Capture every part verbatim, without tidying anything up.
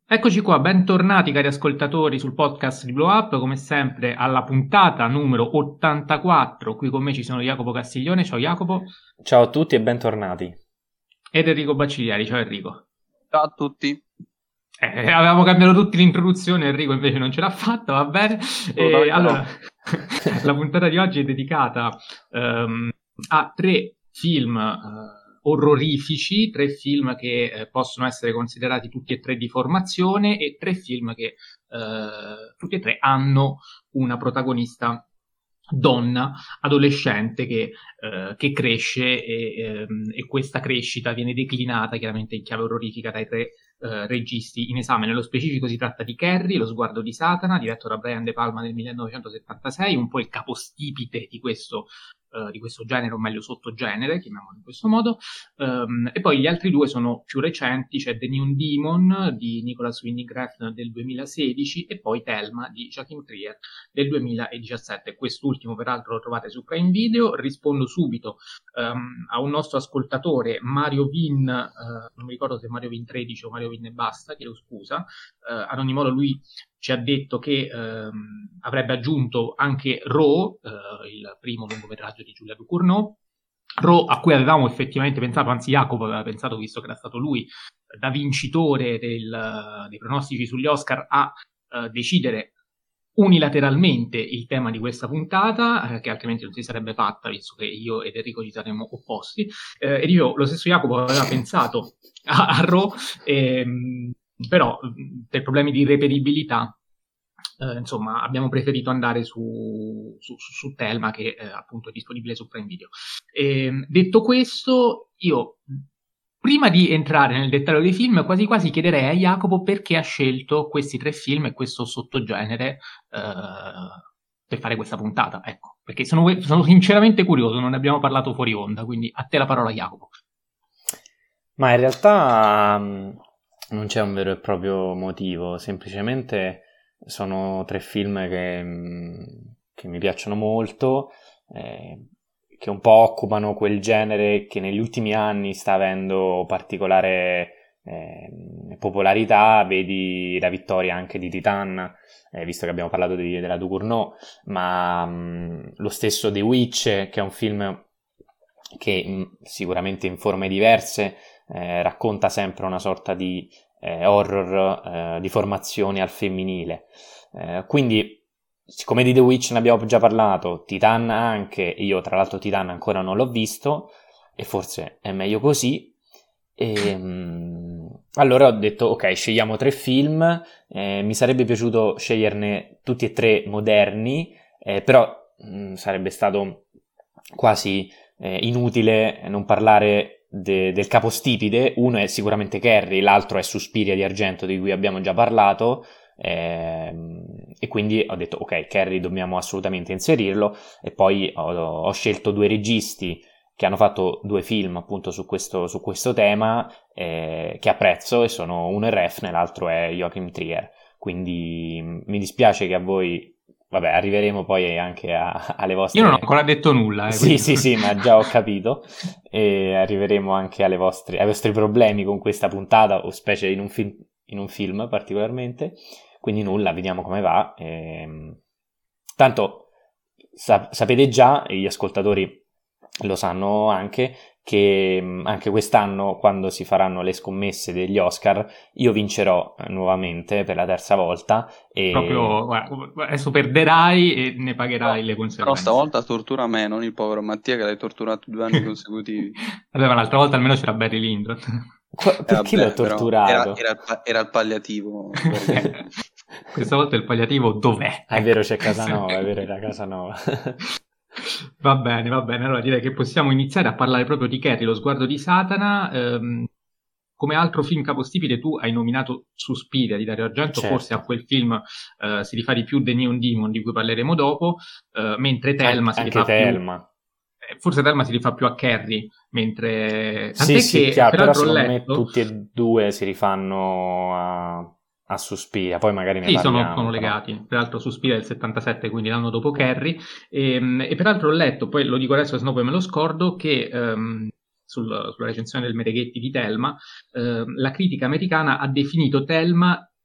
Eccoci qua, bentornati cari ascoltatori sul podcast di Blow Up, come sempre alla puntata numero ottantaquattro. Qui con me ci sono Jacopo Castiglione, ciao Jacopo. Ciao a tutti e bentornati. Ed Enrico Bacciglieri, ciao Enrico. Ciao a tutti. Eh, avevamo cambiato tutti l'introduzione, Enrico invece non ce l'ha fatta, va bene. E, allora, la puntata di oggi è dedicata um, a tre film uh, orrorifici, tre film che eh, possono essere considerati tutti e tre di formazione e tre film che eh, tutti e tre hanno una protagonista donna, adolescente che, eh, che cresce e, ehm, e questa crescita viene declinata chiaramente in chiave orrorifica dai tre eh, registi in esame. Nello specifico si tratta di Carrie, Lo sguardo di Satana, diretto da Brian De Palma nel millenovecentosettantasei, un po' il capostipite di questo Uh, di questo genere, o meglio sottogenere, chiamiamolo in questo modo, um, e poi gli altri due sono più recenti, c'è The Neon Demon di Nicholas Winding Refn del duemilasedici e poi Thelma di Joachim Trier del duemiladiciassette. Quest'ultimo peraltro lo trovate su Prime Video. Rispondo subito um, a un nostro ascoltatore, Mario Vin, uh, non mi ricordo se Mario Vin tredici o Mario Vin e basta, chiedo scusa, uh, ad ogni modo lui ci ha detto che ehm, avrebbe aggiunto anche Raw, eh, il primo lungometraggio di Julia Ducournau, Raw a cui avevamo effettivamente pensato, anzi Jacopo aveva pensato, visto che era stato lui da vincitore del, dei pronostici sugli Oscar, a eh, decidere unilateralmente il tema di questa puntata, eh, che altrimenti non si sarebbe fatta, visto che io ed Enrico ci saremmo opposti, eh, e io, lo stesso Jacopo aveva pensato a, a Raw, ehm, però per problemi di reperibilità eh, insomma abbiamo preferito andare su, su, su Thelma, che eh, appunto è disponibile su Prime Video. E, detto questo, io prima di entrare nel dettaglio dei film quasi quasi chiederei a Jacopo perché ha scelto questi tre film e questo sottogenere eh, per fare questa puntata, ecco, perché sono, sono sinceramente curioso, non ne abbiamo parlato fuori onda, quindi a te la parola Jacopo. Ma in realtà um... non c'è un vero e proprio motivo, semplicemente sono tre film che, che mi piacciono molto, eh, che un po' occupano quel genere che negli ultimi anni sta avendo particolare eh, popolarità. Vedi la vittoria anche di Titan, eh, visto che abbiamo parlato di, della Ducournau, ma mh, lo stesso The Witch, che è un film che mh, sicuramente in forme diverse Eh, racconta sempre una sorta di eh, horror eh, di formazione al femminile, eh, quindi siccome di The Witch ne abbiamo già parlato, Titan anche, io tra l'altro Titan ancora non l'ho visto e forse è meglio così, e mh, allora ho detto ok, scegliamo tre film, eh, mi sarebbe piaciuto sceglierne tutti e tre moderni, eh, però mh, sarebbe stato quasi eh, inutile non parlare De, del capostipite. Uno è sicuramente Carrie, l'altro è Suspiria di Argento, di cui abbiamo già parlato, ehm, e quindi ho detto ok, Carrie dobbiamo assolutamente inserirlo, e poi ho, ho scelto due registi che hanno fatto due film appunto su questo, su questo tema, eh, che apprezzo, e sono uno è Refn e l'altro è Joachim Trier, quindi mi dispiace che a voi, vabbè, arriveremo poi anche a, alle vostre... Io non ho ancora detto nulla. Eh, sì, quindi... sì, sì, ma già ho capito. E arriveremo anche alle vostre, ai vostri problemi con questa puntata, o specie in un film, in un film particolarmente. Quindi nulla, vediamo come va. E... Tanto sa- sapete già, e gli ascoltatori lo sanno anche, che anche quest'anno, quando si faranno le scommesse degli Oscar, io vincerò nuovamente per la terza volta. E... Proprio, guarda, adesso perderai e ne pagherai no, le conseguenze. Però stavolta tortura me, non il povero Mattia che l'hai torturato due anni consecutivi. Vabbè, ma l'altra volta almeno c'era Barry Lyndon. Qu- perché eh, vabbè, l'ho torturato? Era, era, era il palliativo. Questa volta il palliativo dov'è? È vero, c'è Casanova, è vero, era Casanova. Va bene, va bene. Allora direi che possiamo iniziare a parlare proprio di Carrie, Lo sguardo di Satana. Ehm, come altro film capostipite tu hai nominato Suspiria di Dario Argento, certo. Forse a quel film eh, si rifà di più The Neon Demon, di cui parleremo dopo, eh, mentre Thelma An- si rifà Thelma. più... Forse Thelma si rifà più a Carrie, mentre... Tant'è sì, che, sì, chiaro, però secondo letto... me tutti e due si rifanno a... a Suspiria, poi magari ne sì, parliamo. sono, sono legati. Peraltro Suspiria del settantasette, quindi l'anno dopo Carrie. E, e peraltro ho letto, poi lo dico adesso, se no poi me lo scordo, che um, sul, sulla recensione del Mereghetti di Thelma, uh, la critica americana ha definito Thelma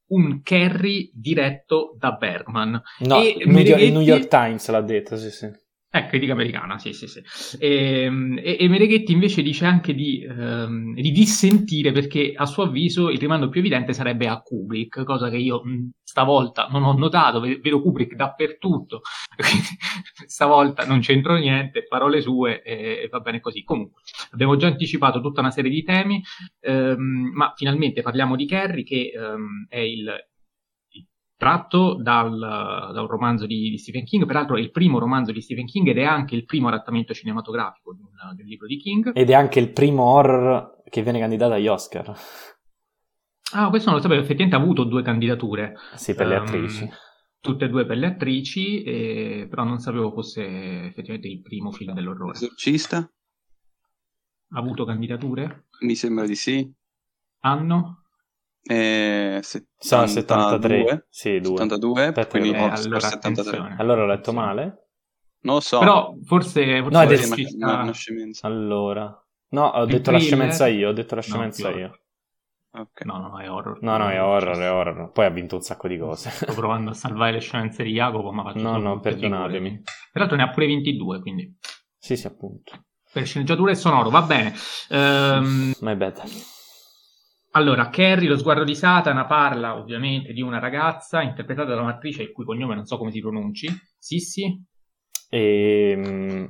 un Carrie diretto da Bergman. No, e il New, Mereghetti... il New York Times l'ha detto, sì sì. Eh, critica americana, sì, sì, sì. E, e, e Mereghetti invece dice anche di, ehm, di dissentire perché a suo avviso il rimando più evidente sarebbe a Kubrick, cosa che io mh, stavolta non ho notato, vedo Kubrick dappertutto, quindi stavolta non c'entro niente, parole sue e, e va bene così. Comunque, abbiamo già anticipato tutta una serie di temi, ehm, ma finalmente parliamo di Carrie, che ehm, è il... tratto dal, da un romanzo di, di Stephen King, peraltro è il primo romanzo di Stephen King ed è anche il primo adattamento cinematografico di un, di un libro di King. Ed è anche il primo horror che viene candidato agli Oscar. Ah, questo non lo sapevo, effettivamente ha avuto due candidature. Sì, per le um, attrici. Tutte e due per le attrici, e, però non sapevo fosse effettivamente il primo film dell'orrore. Esorcista? Ha avuto candidature? Mi sembra di sì. Anno? Eh, Sono settantadue. settantatré. Sì, due. settantadue, Aspetta, quindi Eh, Oscar allora, settantatré. attenzione. Allora ho letto attenzione. male? Non lo so. Però forse, forse No, no, è una, ci una, sta... una scemenza. Allora... No, ho Il detto la thriller? scemenza io, ho detto la No, scemenza più io. horror. Okay. No, no, no, è horror. No, no, è horror, è horror. Poi ha vinto un sacco di cose. Sto provando a salvare le scemenze di Jacopo, ma faccio No, solo no, brutte perdonatemi. figure. Peraltro ne ha pure ventidue, quindi... Sì, sì, appunto. Per sceneggiatura e sonoro, va bene. Ehm, My bad. allora, Carrie, lo sguardo di Satana, parla ovviamente di una ragazza interpretata da un'attrice il cui cognome non so come si pronunci. Sissi? E...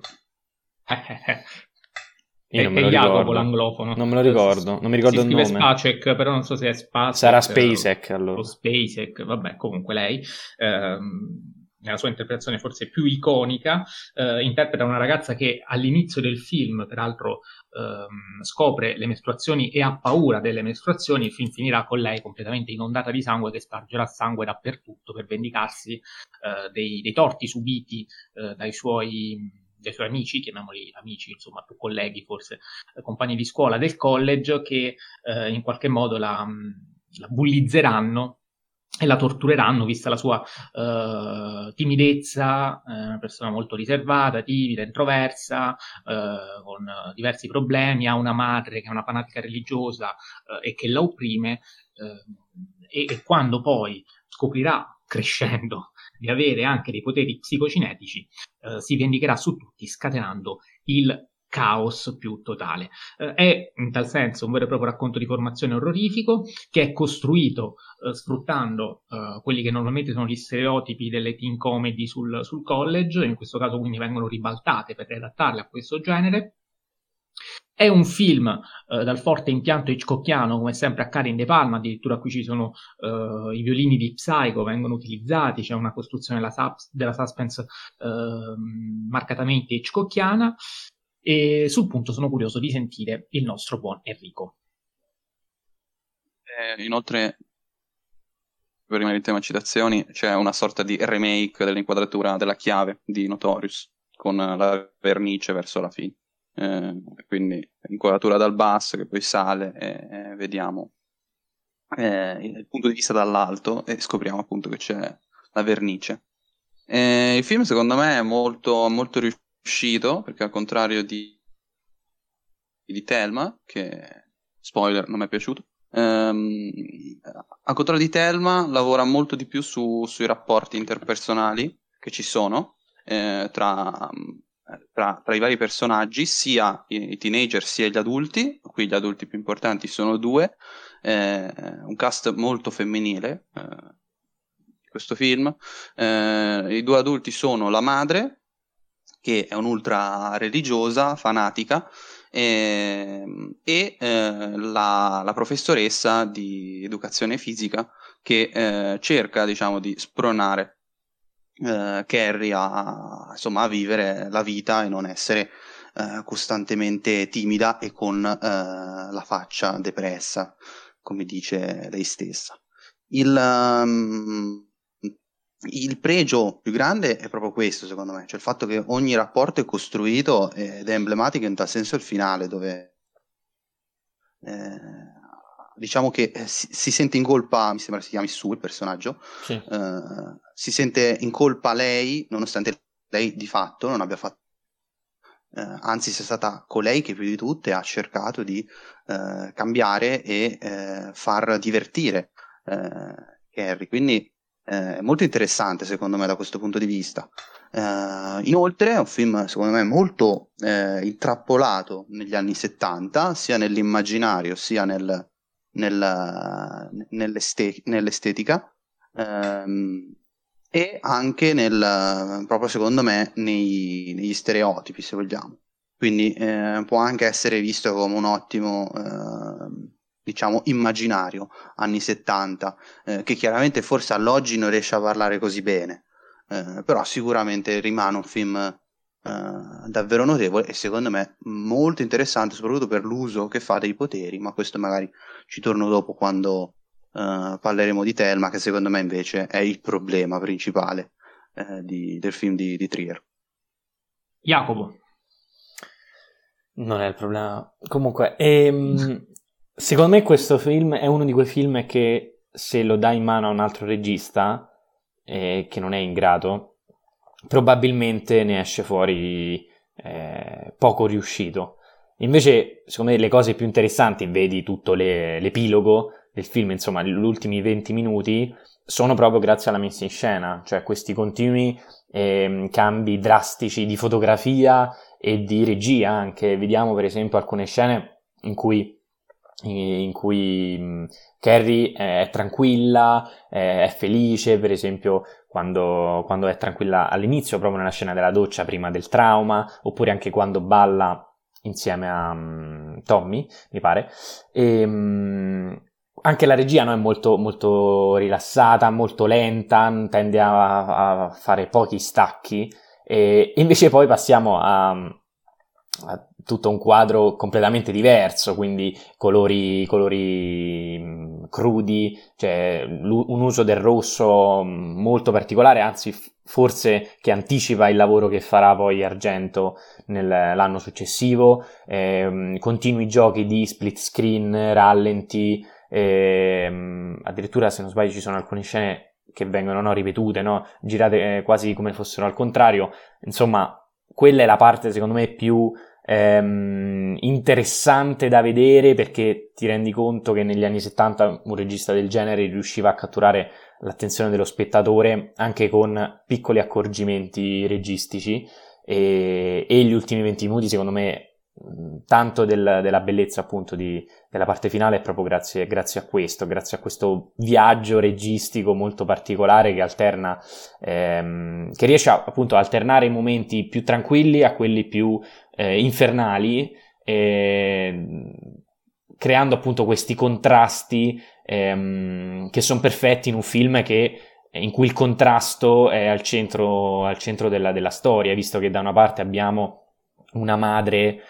Io È, non me è lo Jacopo ricordo. l'anglofono. Non me lo ricordo, non mi ricordo si il scrive nome. Spacek, però non so se è Spacek. Sarà Spacek, allora. O Spacek, vabbè, comunque lei, ehm, nella sua interpretazione forse più iconica, eh, interpreta una ragazza che all'inizio del film, peraltro, ehm, scopre le mestruazioni e ha paura delle mestruazioni. Il film finirà con lei completamente inondata di sangue che spargerà sangue dappertutto per vendicarsi eh, dei, dei torti subiti eh, dai suoi... dei suoi amici, chiamiamoli amici, insomma, più colleghi forse, eh, compagni di scuola del college, che eh, in qualche modo la, la bullizzeranno e la tortureranno, vista la sua eh, timidezza, eh, una persona molto riservata, timida, introversa, eh, con diversi problemi, ha una madre che è una fanatica religiosa eh, e che la opprime, eh, e, e quando poi scoprirà, crescendo, di avere anche dei poteri psicocinetici, eh, si vendicherà su tutti scatenando il caos più totale. Eh, è in tal senso un vero e proprio racconto di formazione orrorifico che è costruito eh, sfruttando eh, quelli che normalmente sono gli stereotipi delle teen comedy sul, sul college, in questo caso quindi vengono ribaltate per adattarle a questo genere. È un film eh, dal forte impianto hitchcockiano, come sempre accade in De Palma, addirittura qui ci sono eh, i violini di Psycho, vengono utilizzati, c'è una costruzione della, subs- della suspense eh, marcatamente hitchcockiana, e sul punto sono curioso di sentire il nostro buon Enrico. Eh, inoltre, per rimanere in tema citazioni, c'è una sorta di remake dell'inquadratura della chiave di Notorious, con la vernice verso la fine. Eh, quindi inquadratura dal basso che poi sale e, e vediamo eh, il punto di vista dall'alto e scopriamo appunto che c'è la vernice. Eh, il film secondo me è molto, molto riuscito, perché al contrario di, di Thelma, che spoiler non mi è piaciuto, ehm, al contrario di Thelma lavora molto di più su, sui rapporti interpersonali che ci sono eh, tra Tra, tra i vari personaggi, sia i, i teenager sia gli adulti. Qui gli adulti più importanti sono due, eh, un cast molto femminile eh, questo film. Eh, i due adulti sono la madre, che è un'ultra religiosa, fanatica, eh, e eh, la, la professoressa di educazione fisica che eh, cerca, diciamo, di spronare Uh, Carrie a, insomma, a vivere la vita e non essere uh, costantemente timida e con uh, la faccia depressa, come dice lei stessa. Il, um, il pregio più grande è proprio questo, secondo me, cioè il fatto che ogni rapporto è costruito ed è emblematico, in tal senso il finale, dove eh, diciamo che si, si sente in colpa, mi sembra si chiami Sue il personaggio, sì. uh, si sente in colpa lei, nonostante lei di fatto non abbia fatto, uh, anzi sia stata colei che più di tutte ha cercato di uh, cambiare e uh, far divertire uh, Carrie, quindi eh, è molto interessante secondo me da questo punto di vista. Uh, inoltre è un film secondo me molto eh, intrappolato negli anni settanta, sia nell'immaginario sia nel, nel, nell'este- nell'estetica, ehm, e anche nel, proprio secondo me nei, negli stereotipi, se vogliamo. Quindi eh, può anche essere visto come un ottimo eh, diciamo immaginario anni settanta, eh, che chiaramente forse all'oggi non riesce a parlare così bene. Eh, però sicuramente rimane un film eh, davvero notevole e secondo me molto interessante, soprattutto per l'uso che fa dei poteri, ma questo magari ci torno dopo quando eh, parleremo di Thelma, che secondo me invece è il problema principale eh, di, del film di, di Trier. Jacopo. Non è il problema. Comunque, ehm, secondo me questo film è uno di quei film che se lo dai in mano a un altro regista Eh, che non è in grado, probabilmente ne esce fuori eh, poco riuscito. Invece, secondo me, le cose più interessanti, vedi tutto le, l'epilogo del film, insomma, gli ultimi venti minuti, sono proprio grazie alla messa in scena, cioè questi continui eh, cambi drastici di fotografia e di regia anche. Vediamo per esempio alcune scene in cui in cui mh, Carrie è tranquilla, è felice, per esempio quando, quando è tranquilla all'inizio, proprio nella scena della doccia prima del trauma, oppure anche quando balla insieme a um, Tommy, mi pare. E, um, anche la regia, no, è molto, molto rilassata, molto lenta, tende a, a fare pochi stacchi, e invece poi passiamo a, a tutto un quadro completamente diverso, quindi colori, colori mh, crudi, cioè un uso del rosso molto particolare, anzi f- forse che anticipa il lavoro che farà poi Argento nell'anno successivo, eh, continui giochi di split screen, rallenti, eh, addirittura se non sbaglio ci sono alcune scene che vengono no, ripetute, no? Girate eh, quasi come fossero al contrario, insomma quella è la parte secondo me più Ehm, interessante da vedere, perché ti rendi conto che negli anni settanta un regista del genere riusciva a catturare l'attenzione dello spettatore anche con piccoli accorgimenti registici, e, e gli ultimi venti minuti secondo me tanto del, della bellezza appunto di, della parte finale è proprio grazie, grazie a questo, grazie a questo viaggio registico molto particolare che alterna ehm, che riesce a, appunto a alternare i momenti più tranquilli a quelli più eh, infernali, eh, creando appunto questi contrasti ehm, che sono perfetti in un film che in cui il contrasto è al centro, al centro della, della storia, visto che da una parte abbiamo una madre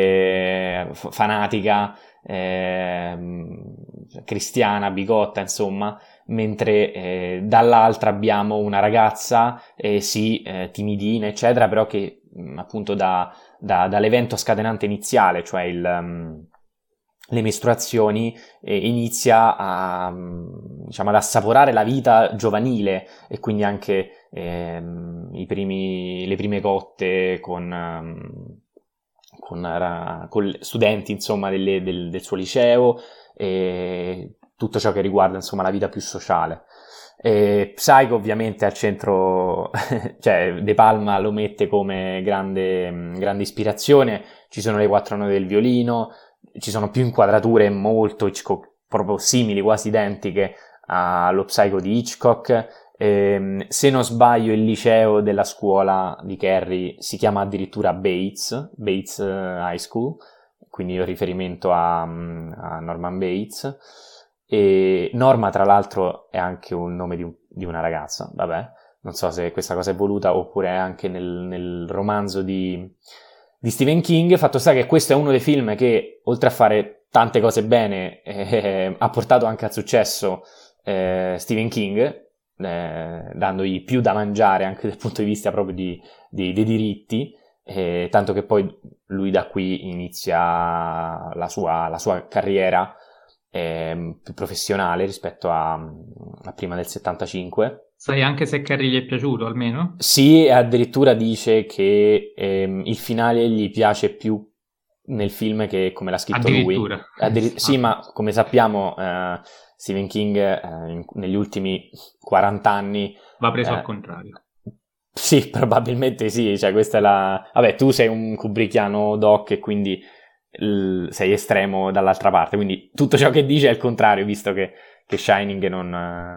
eh, fanatica, eh, cristiana, bigotta, insomma, mentre eh, dall'altra abbiamo una ragazza, eh, sì, eh, timidina, eccetera, però che mh, appunto da, da, dall'evento scatenante iniziale, cioè il... Um, le mestruazioni, eh, inizia a, diciamo, ad assaporare la vita giovanile e quindi anche ehm, i primi, le prime cotte con, um, con, uh, con studenti insomma delle, del, del suo liceo e tutto ciò che riguarda insomma la vita più sociale. E Psycho ovviamente al centro, cioè De Palma lo mette come grande, grande ispirazione, ci sono le quattro note del violino, ci sono più inquadrature molto Hitchcock, proprio simili, quasi identiche allo Psycho di Hitchcock. E, se non sbaglio il liceo della scuola di Carrie si chiama addirittura Bates, Bates High School, quindi un riferimento a, a Norman Bates. E Norma tra l'altro è anche un nome di, un, di una ragazza, vabbè, non so se questa cosa è voluta oppure è anche nel, nel romanzo di di Stephen King. Fatto sta che questo è uno dei film che, oltre a fare tante cose bene, eh, ha portato anche al successo eh, Stephen King, eh, dandogli più da mangiare anche dal punto di vista proprio di, di, dei diritti, eh, tanto che poi lui da qui inizia la sua, la sua carriera eh, più professionale rispetto a, a prima del settantacinque. Sai anche se Carrie gli è piaciuto almeno? Sì, addirittura dice che ehm, il finale gli piace più nel film che come l'ha scritto lui. Addir- sì, ma come sappiamo eh, Stephen King eh, in, negli ultimi quaranta anni va preso eh, al contrario. Sì, probabilmente sì, cioè questa è la... Vabbè, tu sei un kubrickiano doc e quindi l... sei estremo dall'altra parte, quindi tutto ciò che dice è il contrario, visto che, che Shining non,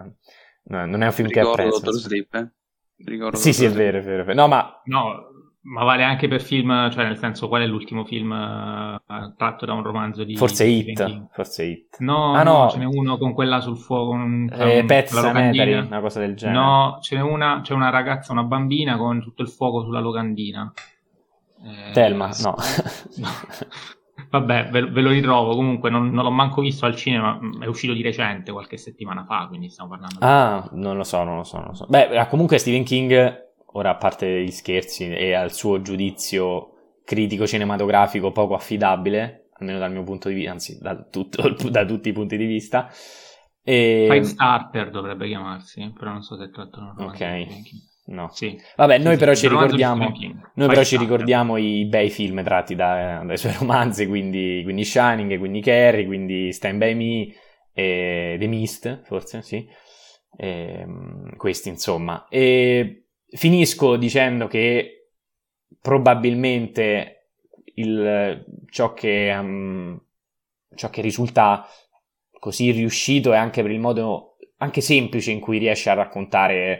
eh, non è un film che Ricordo apprezzo. Doctor Sleep, eh? Ricordo Sì, sì, è Doctor vero, è vero, è vero. No, ma... No, ma vale anche per film, cioè nel senso, qual è l'ultimo film uh, tratto da un romanzo di, Forse di Stephen It, King? forse It. No, Ah no, ce n'è no, uno con quella sul fuoco, un, cioè eh, un, Pet con la Sematary, locandina. una cosa del genere. No, ce n'è una, c'è una ragazza, una bambina con tutto il fuoco sulla locandina. Eh, Thelma, no. no. Vabbè, ve, ve lo ritrovo. Comunque, non, non l'ho manco visto al cinema. È uscito di recente, qualche settimana fa. Quindi stiamo parlando. Ah, non lo so, non lo so, non lo so. Beh, comunque Stephen King, ora a parte gli scherzi e al suo giudizio critico cinematografico poco affidabile, almeno dal mio punto di vista, anzi da, tutto, da tutti i punti di vista. E... Firestarter dovrebbe chiamarsi, però non so se trattano un romanzo. Ok, no. Sì. Vabbè, sì, noi sì, però ci ricordiamo, noi però ci ricordiamo i bei film tratti da, dai suoi romanzi, quindi, quindi Shining, quindi Carrie, quindi Stand By Me, e The Mist, forse, sì. E, questi, insomma. E finisco dicendo che probabilmente il, ciò che um, ciò che risulta così riuscito è anche per il modo anche semplice in cui riesce a raccontare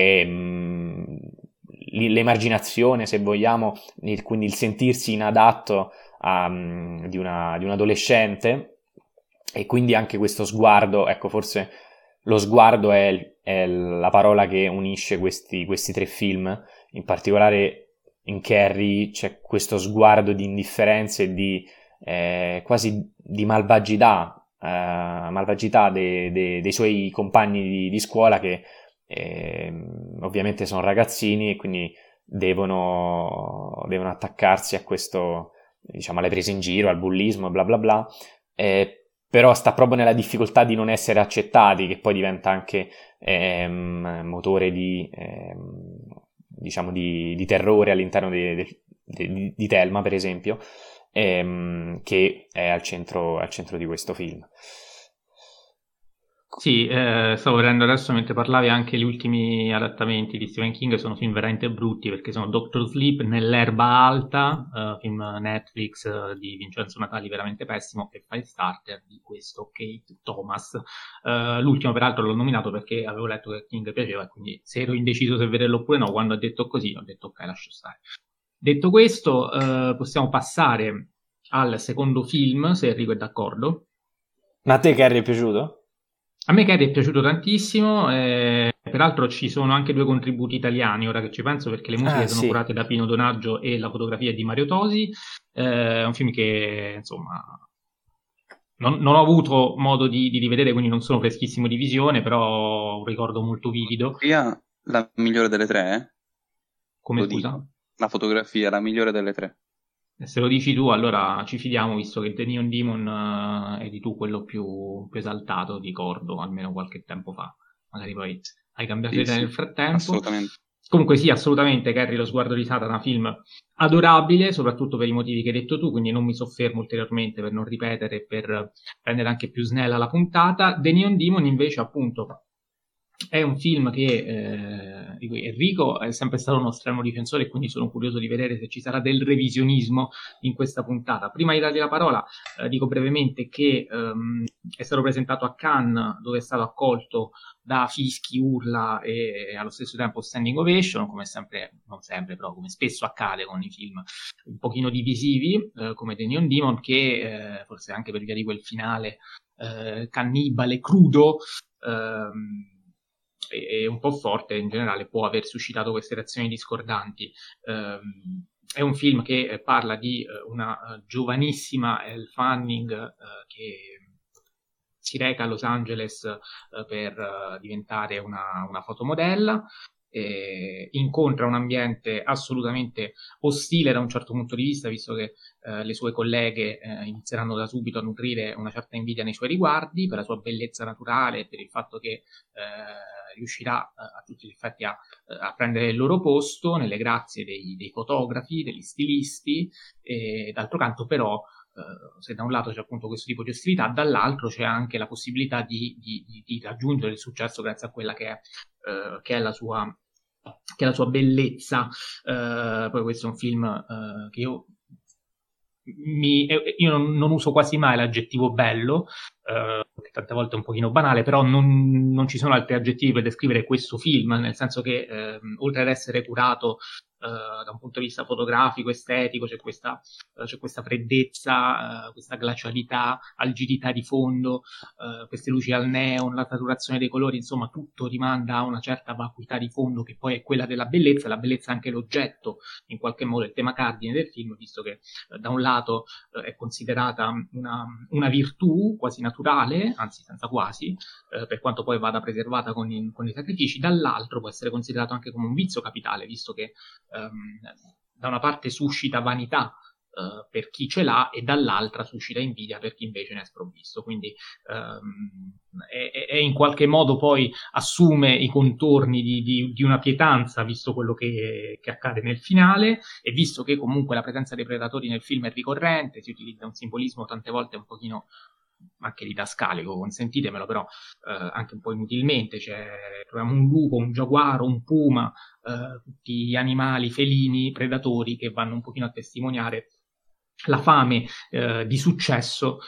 ehm, l'emarginazione, se vogliamo, quindi il sentirsi inadatto a, di, una, di un adolescente, e quindi anche questo sguardo, ecco, forse lo sguardo è, è la parola che unisce questi, questi tre film, in particolare in Carrie c'è questo sguardo di indifferenza e di eh, quasi di malvagità, eh, malvagità de, de, dei suoi compagni di, di scuola che eh, ovviamente sono ragazzini e quindi devono, devono attaccarsi a questo, diciamo, alle prese in giro, al bullismo, bla bla bla, eh, però sta proprio nella difficoltà di non essere accettati, che poi diventa anche ehm, motore di, ehm, diciamo, di, di terrore all'interno di, di, di, di Thelma, per esempio, ehm, che è al centro, al centro di questo film. Sì, eh, stavo vedendo adesso mentre parlavi anche gli ultimi adattamenti di Stephen King, sono film veramente brutti perché sono Doctor Sleep, Nell'erba alta, uh, film Netflix uh, di Vincenzo Natali veramente pessimo, e Firestarter di questo Kate Thomas. Uh, l'ultimo peraltro l'ho nominato perché avevo letto che King piaceva e quindi se ero indeciso se vederlo oppure no, quando ha detto così ho detto ok, lascio stare. Detto questo, uh, possiamo passare al secondo film, se Enrico è d'accordo. Ma a te Carrie è piaciuto? A me Carrie è piaciuto tantissimo, eh, peraltro ci sono anche due contributi italiani, ora che ci penso, perché le musiche ah, sono sì. curate da Pino Donaggio e la fotografia è di Mario Tosi. Eh, è un film che, insomma, non, non ho avuto modo di, di rivedere, quindi non sono freschissimo di visione, però ho un ricordo molto vivido. Fotografia la migliore delle tre, eh? Come Lo scusa? dico. La fotografia la migliore delle tre. E se lo dici tu, allora ci fidiamo, visto che The Neon Demon uh, eri tu quello più, più esaltato, ricordo, almeno qualche tempo fa. Magari poi hai cambiato Sì, idea sì, nel frattempo. assolutamente. Comunque sì, assolutamente, Carrie, lo sguardo di Satana, film adorabile, soprattutto per i motivi che hai detto tu, quindi non mi soffermo ulteriormente per non ripetere e per rendere anche più snella la puntata. The Neon Demon invece, appunto, è un film che eh, di cui Enrico è sempre stato uno strano difensore e quindi sono curioso di vedere se ci sarà del revisionismo in questa puntata. Prima di dargli la parola, eh, dico brevemente che ehm, è stato presentato a Cannes, dove è stato accolto da fischi, urla e, e allo stesso tempo standing ovation, come sempre, non sempre, però come spesso accade con i film un pochino divisivi, eh, come The Neon Demon, che eh, forse anche per via di quel finale eh, cannibale, crudo, ehm, e un po' forte in generale, può aver suscitato queste reazioni discordanti. Um, è un film che parla di uh, una uh, giovanissima Elle Fanning uh, che si reca a Los Angeles uh, per uh, diventare una, una fotomodella. E incontra un ambiente assolutamente ostile da un certo punto di vista, visto che eh, le sue colleghe eh, inizieranno da subito a nutrire una certa invidia nei suoi riguardi per la sua bellezza naturale e per il fatto che eh, riuscirà eh, a tutti gli effetti a, a prendere il loro posto nelle grazie dei, dei fotografi, degli stilisti, e d'altro canto però uh, se da un lato c'è appunto questo tipo di ostilità, dall'altro c'è anche la possibilità di, di, di, di raggiungere il successo grazie a quella che è, uh, che è la sua che è la sua bellezza. Uh, poi questo è un film uh, che io Mi, io non, non uso quasi mai l'aggettivo bello, eh, che tante volte è un pochino banale, però non, non ci sono altri aggettivi per descrivere questo film, nel senso che eh, oltre ad essere curato eh, da un punto di vista fotografico, estetico, c'è questa, eh, c'è questa freddezza, eh, questa glacialità, algidità di fondo, eh, queste luci al neon, la saturazione dei colori, insomma tutto rimanda a una certa vacuità di fondo che poi è quella della bellezza. La bellezza è anche l'oggetto, in qualche modo il tema cardine del film, visto che eh, da un lato eh, è considerata una, una virtù quasi naturale, anzi senza quasi, eh, per quanto poi vada preservata con i, con i sacrifici, dall'altro può essere considerato anche come un vizio capitale, visto che ehm, da una parte suscita vanità Uh, per chi ce l'ha e dall'altra suscita invidia per chi invece ne è sprovvisto, quindi um, è, è in qualche modo poi assume i contorni di, di, di una pietanza, visto quello che, che accade nel finale, e visto che comunque la presenza dei predatori nel film è ricorrente, si utilizza un simbolismo tante volte un pochino anche didascalico, consentitemelo, però eh, anche un po' inutilmente. Cioè, troviamo un lupo, un giaguaro, un puma, eh, tutti animali felini, predatori che vanno un pochino a testimoniare la fame eh, di successo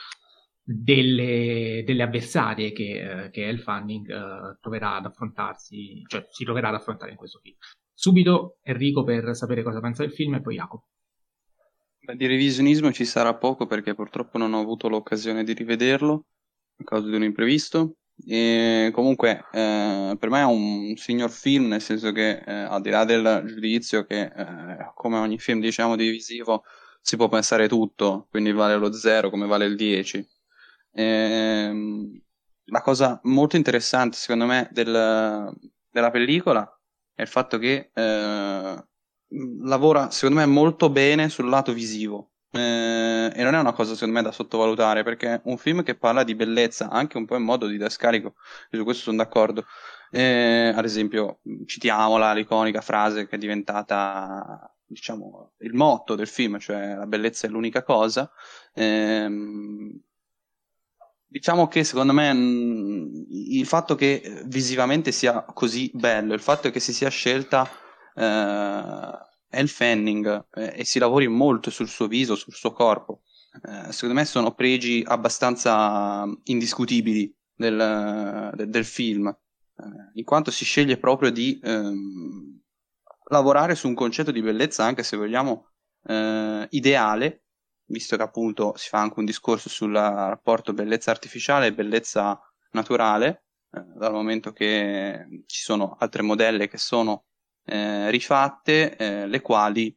delle, delle avversarie che, eh, che Elle Fanning eh, troverà ad affrontarsi, cioè si troverà ad affrontare in questo film. Subito Enrico per sapere cosa pensa del film e poi Jacopo. Beh, di revisionismo ci sarà poco perché purtroppo non ho avuto l'occasione di rivederlo a causa di un imprevisto. E comunque eh, per me è un signor film, nel senso che eh, al di là del giudizio che eh, come ogni film diciamo divisivo si può pensare tutto, quindi vale lo zero come vale il dieci. E, la cosa molto interessante secondo me del, della pellicola è il fatto che eh, lavora secondo me molto bene sul lato visivo. Eh, e non è una cosa secondo me da sottovalutare, perché un film che parla di bellezza anche un po' in modo didascalico, e su questo sono d'accordo. Eh, ad esempio citiamola l'iconica frase che è diventata diciamo il motto del film, cioè la bellezza è l'unica cosa. Ehm, diciamo che secondo me mh, il fatto che visivamente sia così bello, il fatto che si sia scelta eh, Elle Fanning eh, e si lavori molto sul suo viso, sul suo corpo, eh, secondo me sono pregi abbastanza indiscutibili del, del, del film, eh, in quanto si sceglie proprio di ehm, lavorare su un concetto di bellezza, anche se vogliamo eh, ideale, visto che appunto si fa anche un discorso sul rapporto bellezza artificiale e bellezza naturale, eh, dal momento che ci sono altre modelle che sono eh, rifatte, eh, le quali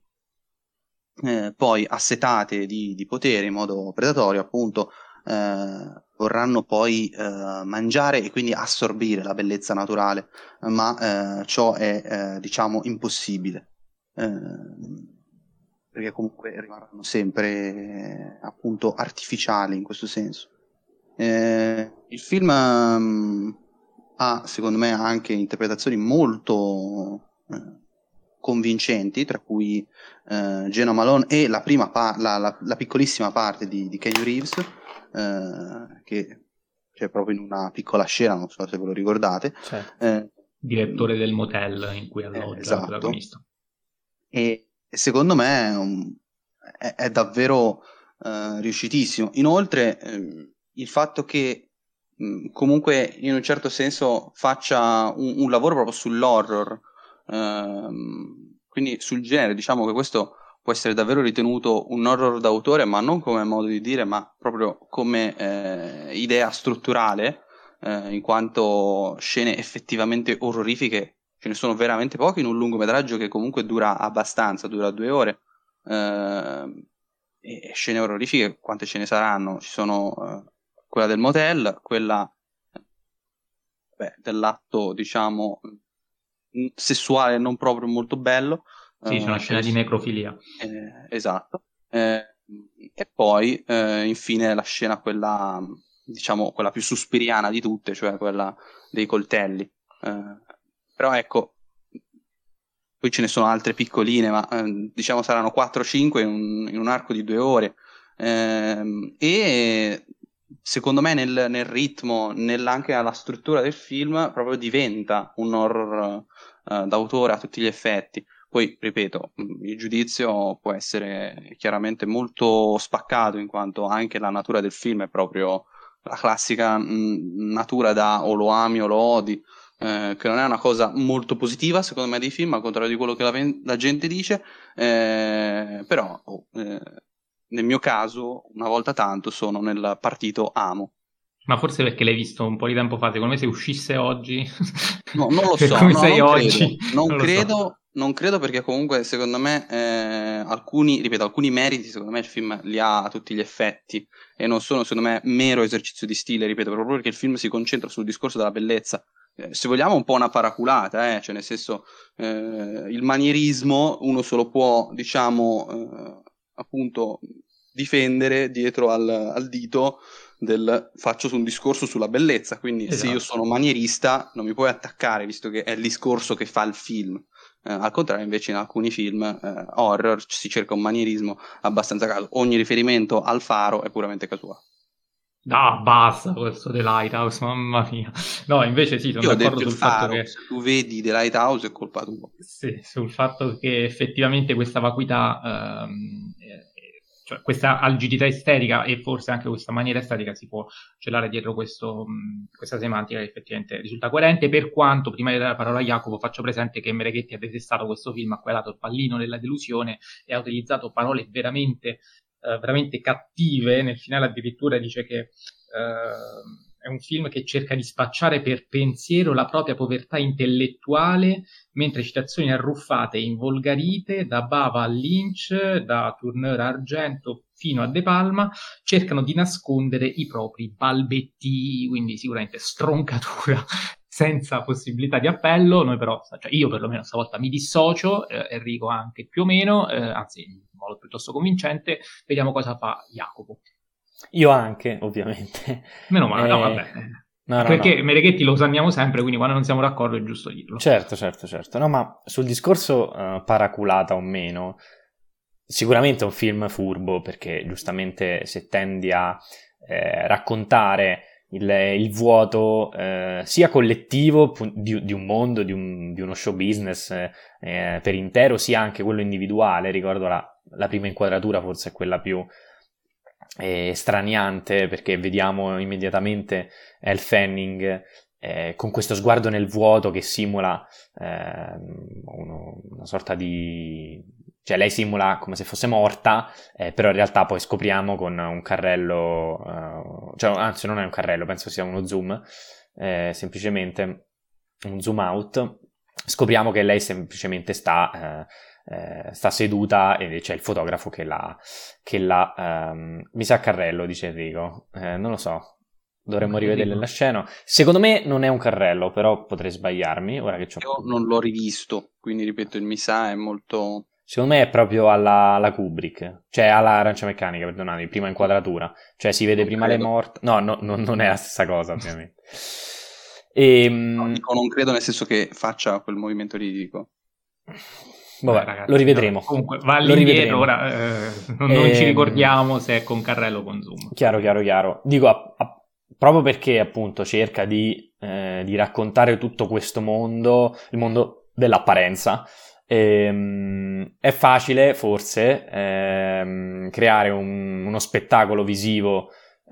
eh, poi assetate di, di potere in modo predatorio appunto eh, vorranno poi eh, mangiare e quindi assorbire la bellezza naturale, ma eh, ciò è eh, diciamo impossibile. Eh, perché comunque rimarranno sempre eh, appunto artificiali in questo senso. Eh, il film um, ha secondo me anche interpretazioni molto eh, convincenti, tra cui eh, Jena Malone e la prima pa- la, la, la piccolissima parte di, di Keanu Reeves, eh, che c'è proprio in una piccola scena, non so se ve lo ricordate. Certo. Eh, direttore del motel in cui alloggia eh, esatto. il protagonista. E E secondo me um, è, è davvero uh, riuscitissimo. Inoltre, um, il fatto che um, comunque in un certo senso faccia un, un lavoro proprio sull'horror, um, quindi sul genere, diciamo che questo può essere davvero ritenuto un horror d'autore, ma non come modo di dire, ma proprio come eh, idea strutturale, eh, in quanto scene effettivamente orrorifiche ce ne sono veramente pochi in un lungometraggio che comunque dura abbastanza, dura due ore. Eh, e scene orrorifiche, quante ce ne saranno? Ci sono eh, quella del motel, quella beh, dell'atto, diciamo, sessuale non proprio molto bello. Sì, c'è una eh, scena di necrofilia. Eh, esatto. Eh, e poi, eh, infine, la scena quella, diciamo, quella più suspiriana di tutte, cioè quella dei coltelli. Eh, però ecco, poi ce ne sono altre piccoline, ma eh, diciamo saranno quattro cinque in un, in un arco di due ore. ehm, e secondo me nel, nel ritmo, nel, anche alla struttura del film, proprio diventa un horror uh, d'autore a tutti gli effetti. Poi, ripeto, il giudizio può essere chiaramente molto spaccato, in quanto anche la natura del film è proprio la classica mh, natura da o lo ami o lo odi, eh, che non è una cosa molto positiva, secondo me, dei film, al contrario di quello che la, la gente dice, eh, però... Oh, eh, nel mio caso, una volta tanto, sono nel partito amo. Ma forse perché l'hai visto un po' di tempo fa, secondo me se uscisse oggi... No, non lo so, come no, sei non oggi, credo, non, non lo credo so. non credo perché comunque secondo me eh, alcuni, ripeto, alcuni meriti, secondo me il film li ha a tutti gli effetti e non sono, secondo me, mero esercizio di stile, ripeto, proprio perché il film si concentra sul discorso della bellezza. Eh, se vogliamo un po' una paraculata, eh, cioè nel senso eh, il manierismo uno se lo può, diciamo, eh, appunto difendere dietro al, al dito del faccio un discorso sulla bellezza, quindi esatto. Se io sono manierista non mi puoi attaccare visto che è il discorso che fa il film, eh, al contrario invece in alcuni film eh, horror si cerca un manierismo abbastanza caso, ogni riferimento al faro è puramente casuale. No, basta questo The Lighthouse, mamma mia. No, invece sì, sono Io d'accordo ho detto sul il faro, fatto che... se tu vedi The Lighthouse è colpa tua. Sì, sul fatto che effettivamente questa vacuità, ehm, eh, cioè questa algidità estetica e forse anche questa maniera estetica si può celare dietro questo, mh, questa semantica che effettivamente risulta coerente, per quanto, prima di dare la parola a Jacopo, faccio presente che Mereghetti ha detestato questo film, ha quelato il pallino della delusione e ha utilizzato parole veramente... Uh, veramente cattive, nel finale addirittura dice che uh, è un film che cerca di spacciare per pensiero la propria povertà intellettuale, mentre citazioni arruffate e involgarite da Bava a Lynch, da Tourneur a Argento fino a De Palma, cercano di nascondere i propri balbettii, quindi sicuramente stroncatura senza possibilità di appello. Noi però, cioè io perlomeno stavolta mi dissocio, eh, Enrico anche più o meno, eh, anzi in modo piuttosto convincente. Vediamo cosa fa Jacopo. Io anche, ovviamente. Meno male, eh, no vabbè. No, no, perché no. Mereghetti lo usanniamo sempre, quindi quando non siamo d'accordo è giusto dirlo. Certo, certo, certo. No, ma sul discorso uh, paraculata o meno, sicuramente è un film furbo, perché giustamente se tendi a eh, raccontare il, il vuoto eh, sia collettivo di, di un mondo, di, un, di uno show business eh, per intero, sia anche quello individuale. Ricordo la, la prima inquadratura forse è quella più eh, straniante, perché vediamo immediatamente Elle Fanning eh, con questo sguardo nel vuoto che simula eh, uno, una sorta di... cioè lei simula come se fosse morta, eh, però in realtà poi scopriamo con un carrello, uh, cioè anzi non è un carrello, penso sia uno zoom, eh, semplicemente un zoom out, scopriamo che lei semplicemente sta, eh, eh, sta seduta e c'è il fotografo che la, che la um, mi sa carrello, dice Enrico, eh, non lo so. Dovremmo rivedere la scena. Secondo me non è un carrello, però potrei sbagliarmi. Ora che c'ho... Io non l'ho rivisto, quindi ripeto, il mi sa è molto... Secondo me è proprio alla, alla Kubrick, cioè alla Arancia Meccanica, perdonatemi, prima inquadratura. Cioè si vede non prima credo. Le morte... No, no, no, non è la stessa cosa, ovviamente. E, no, dico, non credo nel senso che faccia quel movimento ridicolo. Vabbè, eh, ragazzi, lo rivedremo. No, comunque, va all'indietro, ora eh, non, non e... ci ricordiamo se è con carrello o con zoom. Chiaro, chiaro, chiaro. Dico, a, a, proprio perché appunto cerca di, eh, di raccontare tutto questo mondo, il mondo dell'apparenza, ehm, è facile forse ehm, creare un, uno spettacolo visivo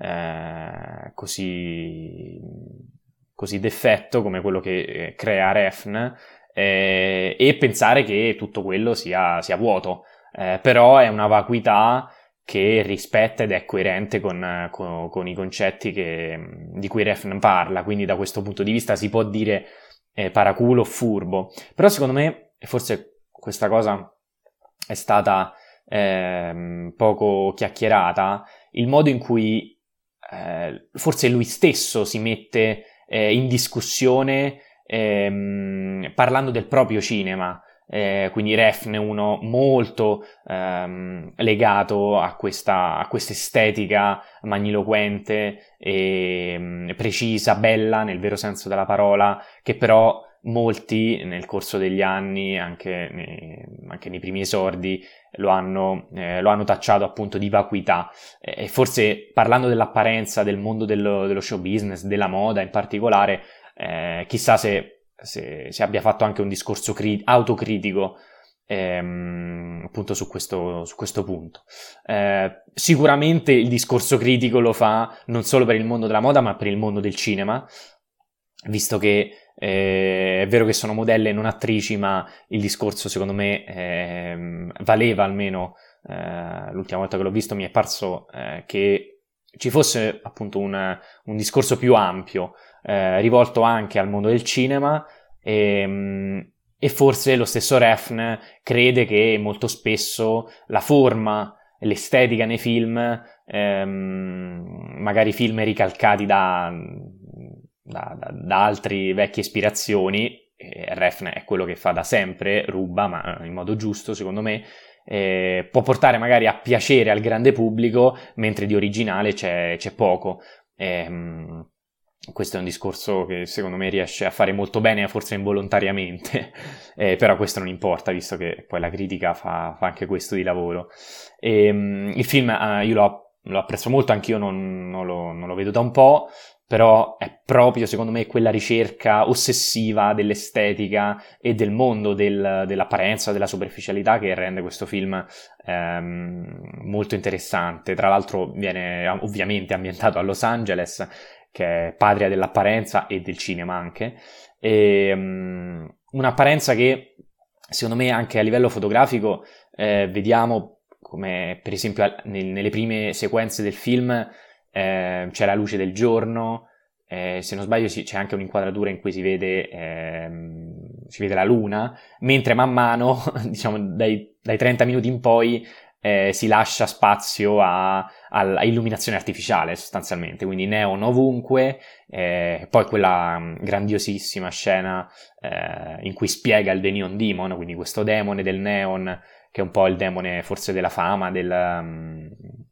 eh, così, così d'effetto come quello che crea Refn, Eh, e pensare che tutto quello sia, sia vuoto, eh, però è una vacuità che rispetta ed è coerente con, con, con i concetti che, di cui Refn parla, quindi da questo punto di vista si può dire eh, paraculo o furbo, però secondo me forse questa cosa è stata eh, poco chiacchierata, il modo in cui eh, forse lui stesso si mette eh, in discussione Ehm, parlando del proprio cinema, eh, quindi Refn è uno molto ehm, legato a questa a questa estetica magniloquente e mh, precisa, bella nel vero senso della parola, che però molti nel corso degli anni, anche nei, anche nei primi esordi, lo hanno, eh, lo hanno tacciato appunto di vacuità, e forse parlando dell'apparenza del mondo dello, dello show business, della moda in particolare, eh, chissà se, se, se abbia fatto anche un discorso cri- autocritico ehm, appunto su questo, su questo punto. Eh, sicuramente il discorso critico lo fa non solo per il mondo della moda ma per il mondo del cinema, visto che eh, è vero che sono modelle e non attrici, ma il discorso secondo me eh, valeva, almeno eh, l'ultima volta che l'ho visto mi è parso eh, che ci fosse appunto un, un discorso più ampio eh, rivolto anche al mondo del cinema, e, e forse lo stesso Refn crede che molto spesso la forma e l'estetica nei film, ehm, magari film ricalcati da Da, da, da altre vecchie ispirazioni, eh, Refn è quello che fa da sempre, ruba ma in modo giusto secondo me, eh, può portare magari a piacere al grande pubblico, mentre di originale c'è, c'è poco. Eh, questo è un discorso che secondo me riesce a fare molto bene, forse involontariamente, eh, però questo non importa, visto che poi la critica fa, fa anche questo di lavoro. E, um, il film uh, io lo, lo apprezzo molto, anch'io non, non, lo, non lo vedo da un po', però è proprio, secondo me, quella ricerca ossessiva dell'estetica e del mondo del, dell'apparenza, della superficialità, che rende questo film ehm, molto interessante. Tra l'altro viene ovviamente ambientato a Los Angeles, che è patria dell'apparenza e del cinema anche, e, um, un'apparenza che, secondo me, anche a livello fotografico, eh, vediamo come, per esempio, nel, nelle prime sequenze del film, Eh, c'è la luce del giorno, eh, se non sbaglio c'è anche un'inquadratura in cui si vede, ehm, si vede la luna, mentre man mano, diciamo dai, dai trenta minuti in poi, eh, si lascia spazio a, a, a illuminazione artificiale sostanzialmente, quindi neon ovunque, eh, poi quella grandiosissima scena eh, in cui spiega il The Neon Demon, quindi questo demone del neon, che è un po' il demone forse della fama, del... Um,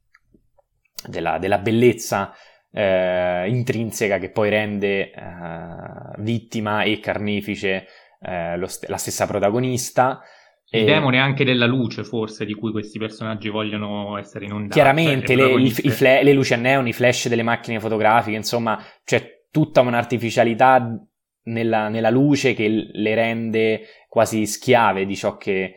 Della, della bellezza eh, intrinseca, che poi rende eh, vittima e carnefice eh, lo st- la stessa protagonista. Il e... demone anche della luce, forse, di cui questi personaggi vogliono essere inondati. Chiaramente cioè, le, i, i fla- le luci a neon, i flash delle macchine fotografiche, insomma c'è tutta un'artificialità nella, nella luce che le rende quasi schiave di ciò che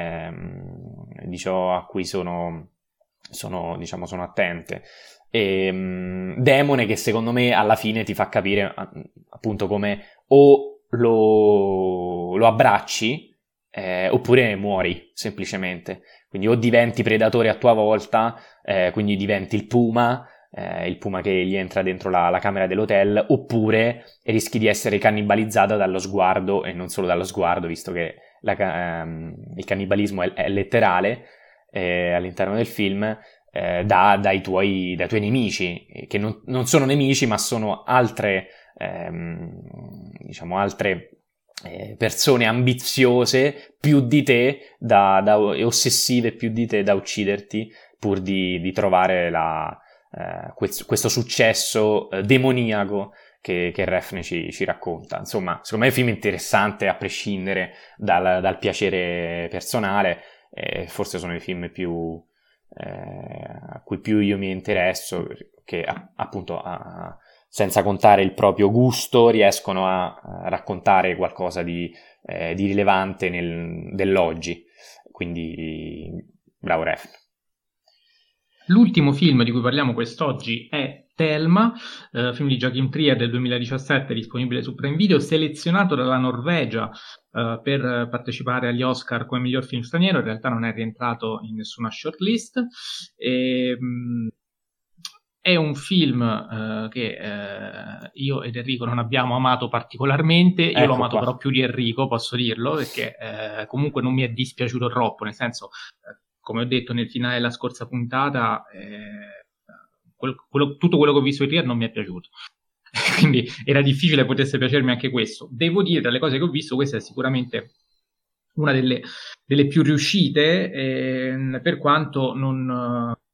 ehm, di ciò a cui sono sono, diciamo, sono attente. E, um, demone che secondo me alla fine ti fa capire appunto come o lo, lo abbracci eh, oppure muori semplicemente, quindi o diventi predatore a tua volta, eh, quindi diventi il puma, eh, il puma che gli entra dentro la, la camera dell'hotel, oppure rischi di essere cannibalizzata dallo sguardo, e non solo dallo sguardo, visto che la, ehm, il cannibalismo è, è letterale Eh, all'interno del film, eh, da, dai, tuoi, dai tuoi nemici, che non, non sono nemici ma sono altre ehm, diciamo altre eh, persone ambiziose più di te da, da, e ossessive più di te da ucciderti pur di, di trovare la, eh, questo, questo successo eh, demoniaco che, che Refn ci, ci racconta. Insomma, secondo me è un film interessante a prescindere dal, dal piacere personale. Eh, forse sono i film più eh, a cui più io mi interesso, che appunto a, senza contare il proprio gusto riescono a, a raccontare qualcosa di, eh, di rilevante nel, dell'oggi, quindi bravo Refn. L'ultimo film di cui parliamo quest'oggi è Thelma, eh, film di Joachim Trier del duemiladiciassette, disponibile su Prime Video, selezionato dalla Norvegia eh, per partecipare agli Oscar come miglior film straniero. In realtà non è rientrato in nessuna shortlist. E, mh, è un film eh, che eh, io ed Enrico non abbiamo amato particolarmente. Io ecco l'ho amato qua. però più di Enrico, posso dirlo, perché eh, comunque non mi è dispiaciuto troppo, nel senso... Eh, come ho detto nel finale della scorsa puntata, eh, quello, quello, tutto quello che ho visto di Trier non mi è piaciuto. Quindi era difficile potesse piacermi anche questo. Devo dire, tra le cose che ho visto, questa è sicuramente una delle, delle più riuscite, eh, per quanto non,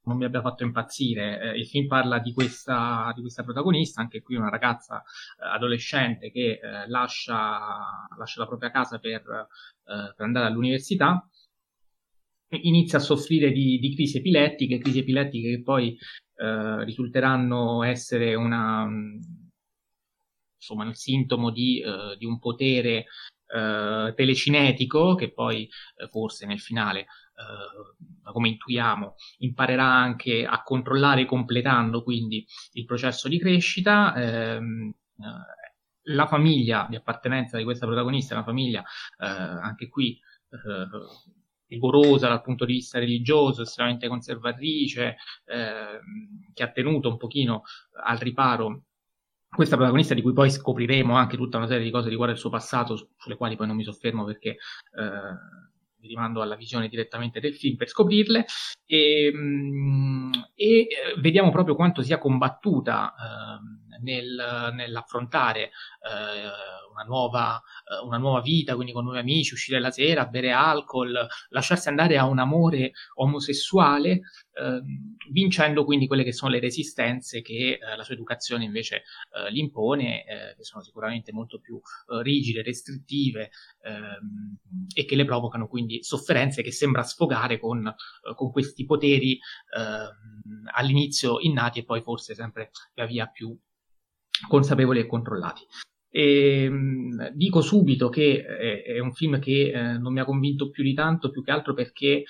non mi abbia fatto impazzire. Eh, il film parla di questa, di questa protagonista, anche qui una ragazza eh, adolescente che eh, lascia, lascia la propria casa per, eh, per andare all'università, inizia a soffrire di, di crisi epilettiche, crisi epilettiche che poi eh, risulteranno essere una, insomma, il sintomo di, eh, di un potere eh, telecinetico che poi eh, forse nel finale, eh, come intuiamo, imparerà anche a controllare completando quindi il processo di crescita. Ehm, eh, la famiglia di appartenenza di questa protagonista è una famiglia eh, anche qui eh, rigorosa dal punto di vista religioso, estremamente conservatrice, eh, che ha tenuto un pochino al riparo questa protagonista, di cui poi scopriremo anche tutta una serie di cose riguardo il suo passato, sulle quali poi non mi soffermo perché eh, vi rimando alla visione direttamente del film per scoprirle, e, e vediamo proprio quanto sia combattuta eh, nel, nell'affrontare eh, una nuova, una nuova vita, quindi con nuovi amici, uscire la sera, bere alcol, lasciarsi andare a un amore omosessuale, eh, vincendo quindi quelle che sono le resistenze che eh, la sua educazione invece eh, gli impone, eh, che sono sicuramente molto più eh, rigide, restrittive, ehm, e che le provocano quindi sofferenze che sembra sfogare con, eh, con questi poteri eh, all'inizio innati e poi forse sempre via via più consapevoli e controllati. E, mh, dico subito che è, è un film che eh, non mi ha convinto più di tanto, più che altro perché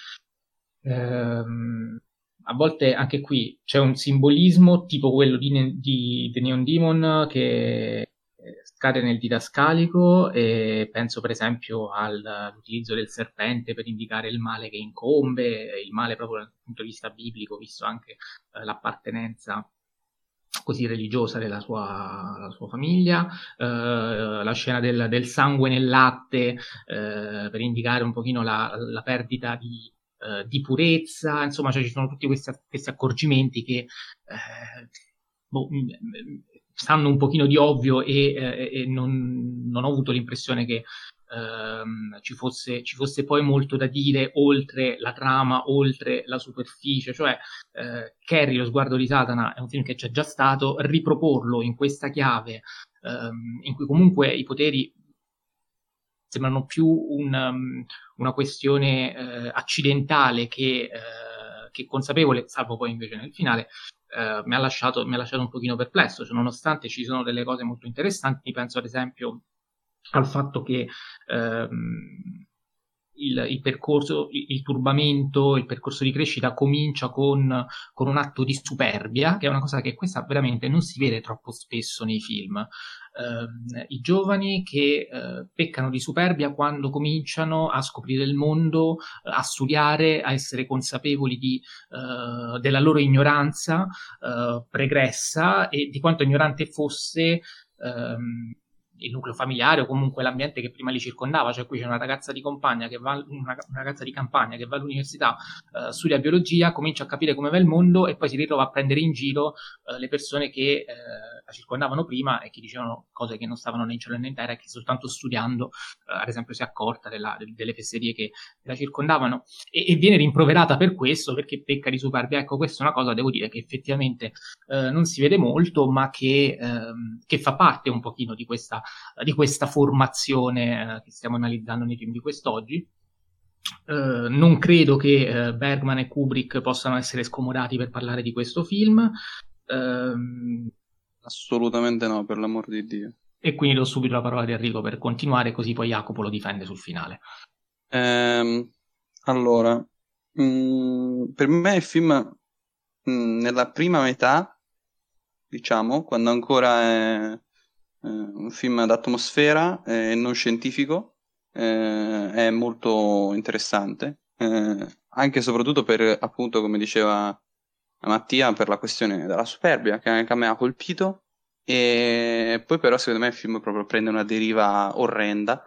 ehm, a volte anche qui c'è un simbolismo tipo quello di, di The Neon Demon che scade nel didascalico, e penso per esempio all'utilizzo del serpente per indicare il male che incombe, il male proprio dal punto di vista biblico, visto anche eh, l'appartenenza così religiosa della sua, la sua famiglia, eh, la scena del, del sangue nel latte eh, per indicare un pochino la, la perdita di, eh, di purezza, insomma, cioè ci sono tutti questi, questi accorgimenti che eh, boh, sanno un pochino di ovvio e, eh, e non, non ho avuto l'impressione che ehm, ci fosse, ci fosse poi molto da dire oltre la trama, oltre la superficie, cioè eh, Carrie, lo sguardo di Satana è un film che c'è già stato, riproporlo in questa chiave ehm, in cui comunque i poteri sembrano più un, um, una questione eh, accidentale che, eh, che consapevole, salvo poi invece nel finale Uh, mi ha lasciato mi ha lasciato un pochino perplesso, cioè, nonostante ci sono delle cose molto interessanti. Penso ad esempio al fatto che ehm, il, il percorso, il, il turbamento, il percorso di crescita comincia con, con un atto di superbia, che è una cosa che questa veramente non si vede troppo spesso nei film. Uh, i giovani che uh, peccano di superbia quando cominciano a scoprire il mondo, uh, a studiare, a essere consapevoli di, uh, della loro ignoranza uh, pregressa e di quanto ignorante fosse um, il nucleo familiare o comunque l'ambiente che prima li circondava. Cioè qui c'è una ragazza di compagna che va, una, una ragazza di campagna che va all'università, uh, studia biologia, comincia a capire come va il mondo e poi si ritrova a prendere in giro uh, le persone che uh, la circondavano prima e che dicevano cose che non stavano né in cielo né in terra e che soltanto studiando uh, ad esempio si è accorta della, delle fesserie che la circondavano, e, e viene rimproverata per questo, perché pecca di superbia. Ecco, questa è una cosa, devo dire, che effettivamente uh, non si vede molto, ma che, uh, che fa parte un pochino di questa di questa formazione eh, che stiamo analizzando nei film di quest'oggi. Uh, non credo che uh, Bergman e Kubrick possano essere scomodati per parlare di questo film. Uh, Assolutamente no, per l'amor di Dio. E quindi do subito la parola di Enrico per continuare, così poi Jacopo lo difende sul finale. Ehm, allora, mh, per me il film mh, nella prima metà, diciamo, quando ancora è un film d'atmosfera e eh, non scientifico, eh, è molto interessante, eh, anche e soprattutto per, appunto, come diceva Mattia, per la questione della superbia che anche a me ha colpito. E poi però secondo me il film proprio prende una deriva orrenda,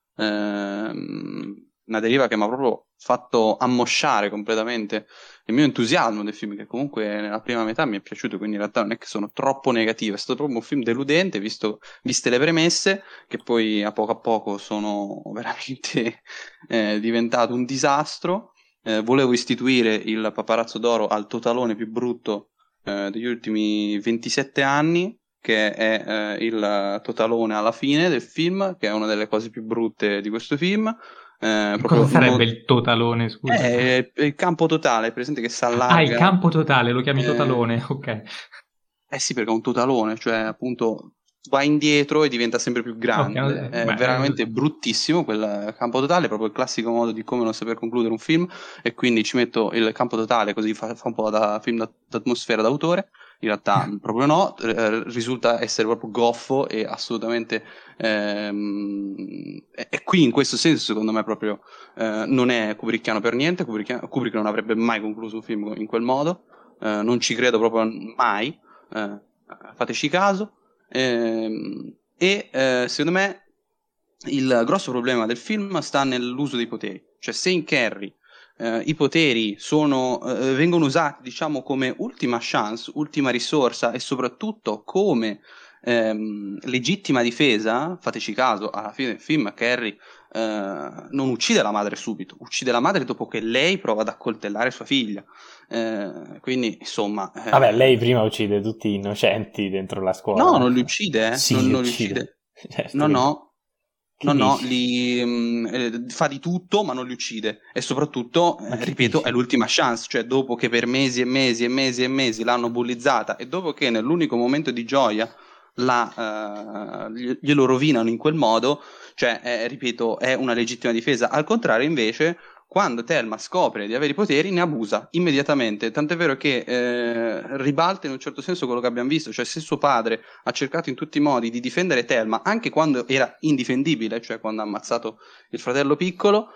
ehm, una deriva che mi ha proprio fatto ammosciare completamente il mio entusiasmo del film, che comunque nella prima metà mi è piaciuto, quindi in realtà non è che sono troppo negativo, è stato proprio un film deludente, visto, viste le premesse, che poi a poco a poco sono veramente eh, diventato un disastro. eh, volevo istituire il paparazzo d'oro al totalone più brutto eh, degli ultimi ventisette anni, che è eh, il totalone alla fine del film, che è una delle cose più brutte di questo film. Eh, Cosa sarebbe non... il totalone, scusa? È, è il campo totale, presente che si allarga. Ah, il campo totale, lo chiami eh... totalone, ok. Eh sì, perché è un totalone, cioè appunto va indietro e diventa sempre più grande. Okay, è beh, veramente eh... bruttissimo quel campo totale, proprio il classico modo di come non saper concludere un film, e quindi ci metto il campo totale così fa, fa un po' da film d'atmosfera d'autore. In realtà proprio no, eh, risulta essere proprio goffo e assolutamente ehm, e qui in questo senso secondo me proprio eh, non è kubrickiano per niente. Kubrick, Kubrick non avrebbe mai concluso un film in quel modo, eh, non ci credo proprio mai, eh, fateci caso. Ehm, e eh, secondo me il grosso problema del film sta nell'uso dei poteri, cioè se in Carrie eh, i poteri sono, eh, vengono usati diciamo come ultima chance, ultima risorsa e soprattutto come ehm, legittima difesa, fateci caso, alla fine del film Carrie eh, non uccide la madre subito, uccide la madre dopo che lei prova ad accoltellare sua figlia. Eh, quindi insomma eh... vabbè, lei prima uccide tutti innocenti dentro la scuola. No, non li uccide, eh? Sì, non, li non uccide. li uccide. Certo No, che... no. Che No, dici? no, li mh, eh, fa di tutto, ma non li uccide. E soprattutto, eh, ripeto, dici? è l'ultima chance. Cioè, dopo che per mesi e mesi e mesi e mesi l'hanno bullizzata, e dopo che nell'unico momento di gioia la, uh, glielo rovinano in quel modo, cioè, eh, ripeto, è una legittima difesa. Al contrario, invece, quando Thelma scopre di avere i poteri, ne abusa immediatamente. Tant'è vero che eh, ribalta in un certo senso quello che abbiamo visto. Cioè, se suo padre ha cercato in tutti i modi di difendere Thelma, anche quando era indifendibile, cioè quando ha ammazzato il fratello piccolo,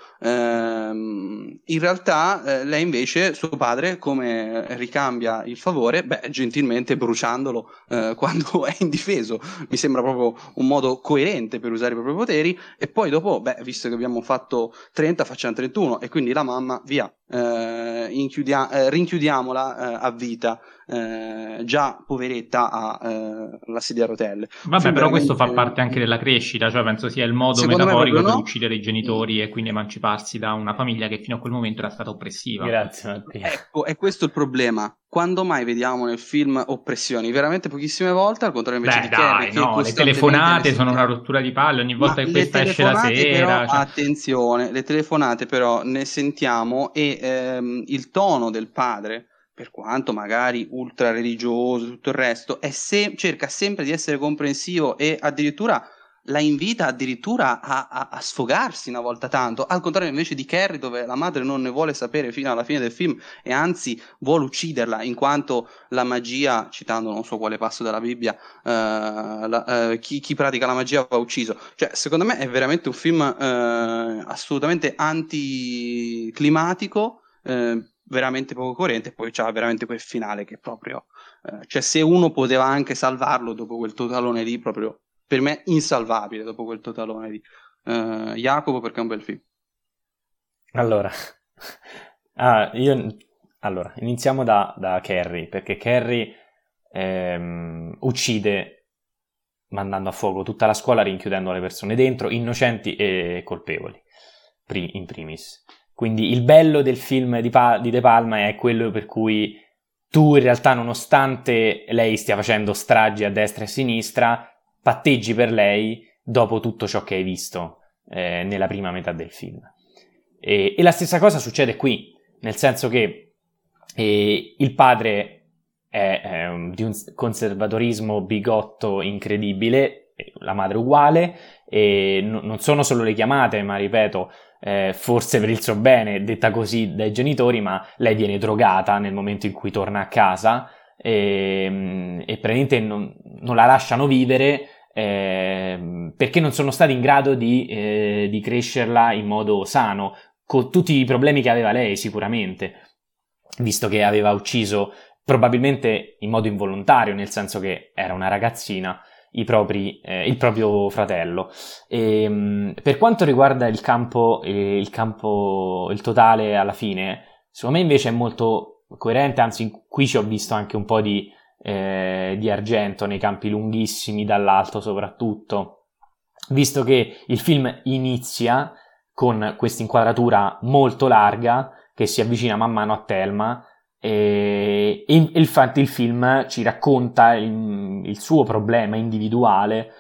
ehm, in realtà eh, lei invece, suo padre, come ricambia il favore? Beh, gentilmente bruciandolo eh, quando è indifeso. Mi sembra proprio un modo coerente per usare i propri poteri. E poi dopo, beh, visto che abbiamo fatto trenta, facciamo trentuno, e quindi la mamma, via, eh, inchiudia- eh, rinchiudiamola eh, a vita. Eh, già poveretta ha eh, la sedia a rotelle. Vabbè, Film però questo fa veramente... parte anche della crescita, cioè penso sia il modo Secondo me metaforico proprio per no. uccidere i genitori e quindi emanciparsi da una famiglia che fino a quel momento era stata oppressiva. Grazie Mattia. Ecco, è questo il problema. Quando mai vediamo nel film oppressioni? Veramente pochissime volte, al contrario invece Beh, di Carrie, dai, che no, le costantemente telefonate le sono una sentiamo. rottura di palle ogni volta Ma che le questa esce la telefonate sera. però, Cioè... attenzione, le telefonate però ne sentiamo, e ehm, il tono del padre, per quanto magari ultra religioso, tutto il resto, è se- cerca sempre di essere comprensivo e addirittura la invita addirittura a, a, a sfogarsi una volta tanto, al contrario invece di Carrie, dove la madre non ne vuole sapere fino alla fine del film e anzi vuole ucciderla, in quanto la magia, citando non so quale passo della Bibbia, eh, la, eh, chi, chi pratica la magia va ucciso. Cioè, secondo me è veramente un film eh, assolutamente anticlimatico, eh, veramente poco coerente, e poi c'ha veramente quel finale che proprio eh, cioè se uno poteva anche salvarlo dopo quel totalone lì, proprio per me insalvabile dopo quel totalone lì. uh, Jacopo, perché è un bel film. Allora ah, io allora iniziamo da, da Carrie, perché Carrie ehm, uccide mandando a fuoco tutta la scuola, rinchiudendo le persone dentro, innocenti e colpevoli in primis. Quindi il bello del film di, pa- di De Palma è quello per cui tu in realtà, nonostante lei stia facendo stragi a destra e a sinistra, patteggi per lei dopo tutto ciò che hai visto eh, nella prima metà del film. E, e la stessa cosa succede qui, nel senso che eh, il padre è, è un, di un conservatorismo bigotto incredibile, la madre uguale, e no, non sono solo le chiamate, ma ripeto, eh, forse per il suo bene, detta così dai genitori, ma lei viene drogata nel momento in cui torna a casa e, e praticamente non, non la lasciano vivere eh, perché non sono stati in grado di, eh, di crescerla in modo sano, con tutti i problemi che aveva lei sicuramente, visto che aveva ucciso probabilmente in modo involontario, nel senso che era una ragazzina, i propri, eh, il proprio fratello. E, mh, per quanto riguarda il campo, eh, il campo, il totale alla fine, secondo me invece è molto coerente, anzi qui ci ho visto anche un po' di, eh, di argento nei campi lunghissimi dall'alto soprattutto, visto che il film inizia con questa inquadratura molto larga che si avvicina man mano a Thelma, e, e infatti il film ci racconta il, il suo problema individuale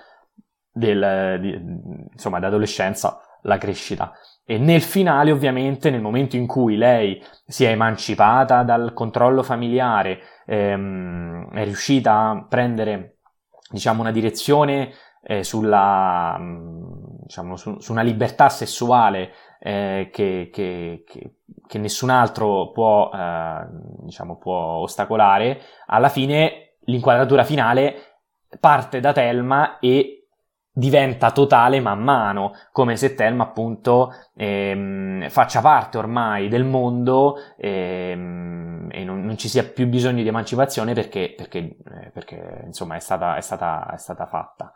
del, di, insomma, d'adolescenza, la crescita. E nel finale, ovviamente, nel momento in cui lei si è emancipata dal controllo familiare, ehm, è riuscita a prendere, diciamo, una direzione eh, sulla, diciamo, su, su una libertà sessuale eh, che, che, che, che nessun altro può, eh, diciamo, può ostacolare, alla fine l'inquadratura finale parte da Thelma e diventa totale man mano, come se Thelma appunto ehm, faccia parte ormai del mondo ehm, e non, non ci sia più bisogno di emancipazione perché, perché, eh, perché insomma è stata, è stata, è stata fatta.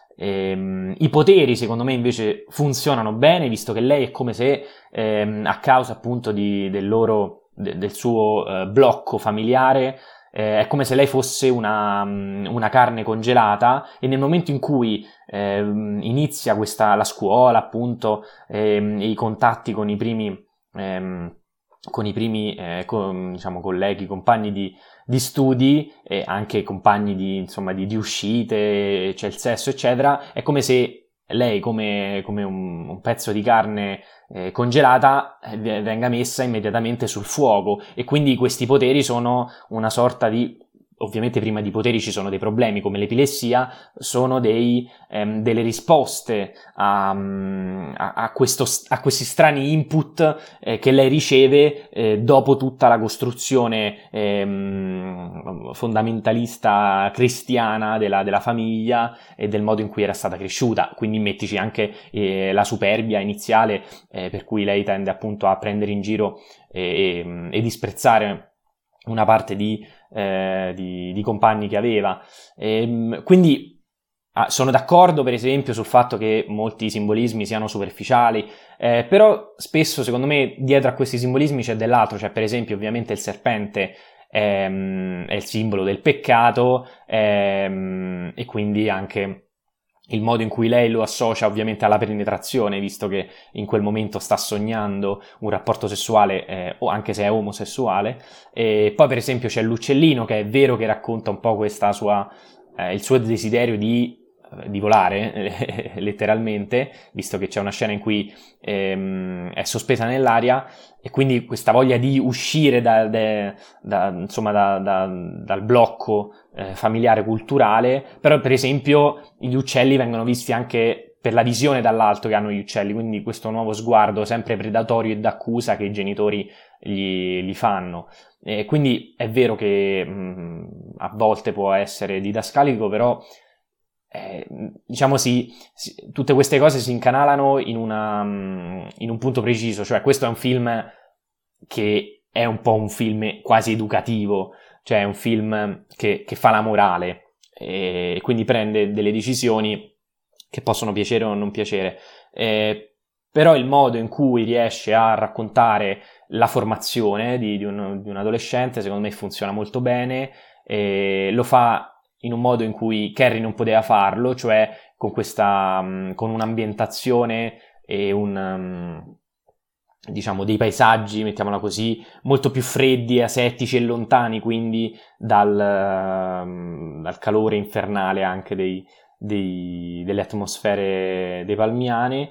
Ehm, I poteri secondo me invece funzionano bene, visto che lei è come se ehm, a causa appunto di, del loro de, del suo eh, blocco familiare Eh, è come se lei fosse una, una carne congelata, e nel momento in cui eh, inizia questa, la scuola, appunto, eh, i contatti con i primi, eh, con i primi eh, con, diciamo, colleghi, compagni di, di studi, e anche compagni di, insomma, di, di uscite, c'è il sesso, eccetera, è come se lei, come, come un, un pezzo di carne eh, congelata, eh, venga messa immediatamente sul fuoco, e quindi questi poteri sono una sorta di, ovviamente prima di poteri ci sono dei problemi come l'epilessia, sono dei, ehm, delle risposte a, a, a, questo, a questi strani input eh, che lei riceve eh, dopo tutta la costruzione ehm, fondamentalista cristiana della, della famiglia e del modo in cui era stata cresciuta. Quindi mettici anche eh, la superbia iniziale eh, per cui lei tende appunto a prendere in giro e, e, e disprezzare una parte di, eh, di, di compagni che aveva. E, quindi ah, sono d'accordo per esempio sul fatto che molti simbolismi siano superficiali, eh, però spesso secondo me dietro a questi simbolismi c'è dell'altro. Cioè, per esempio, ovviamente il serpente è, è il simbolo del peccato, è, e quindi anche il modo in cui lei lo associa ovviamente alla penetrazione, visto che in quel momento sta sognando un rapporto sessuale, eh, o anche se è omosessuale. E poi per esempio c'è l'uccellino, che è vero che racconta un po' questa sua, eh, il suo desiderio di, di volare, eh, letteralmente, visto che c'è una scena in cui ehm, è sospesa nell'aria, e quindi questa voglia di uscire da, da, da, insomma, da, da, dal blocco eh, familiare culturale. Però per esempio gli uccelli vengono visti anche per la visione dall'alto che hanno gli uccelli, quindi questo nuovo sguardo sempre predatorio e d'accusa che i genitori gli, gli fanno. E quindi è vero che mh, a volte può essere didascalico, però Eh, diciamo si, si, tutte queste cose si incanalano in, una, in un punto preciso. Cioè, questo è un film che è un po' un film quasi educativo, cioè è un film che, che fa la morale, e quindi prende delle decisioni che possono piacere o non piacere, eh, però il modo in cui riesce a raccontare la formazione di, di, un, di un adolescente secondo me funziona molto bene, e lo fa in un modo in cui Carrie non poteva farlo, cioè con questa, um, con un'ambientazione e un, um, diciamo, dei paesaggi, mettiamola così, molto più freddi, asettici e lontani, quindi dal, um, dal calore infernale anche dei, dei, delle atmosfere dei palmiani.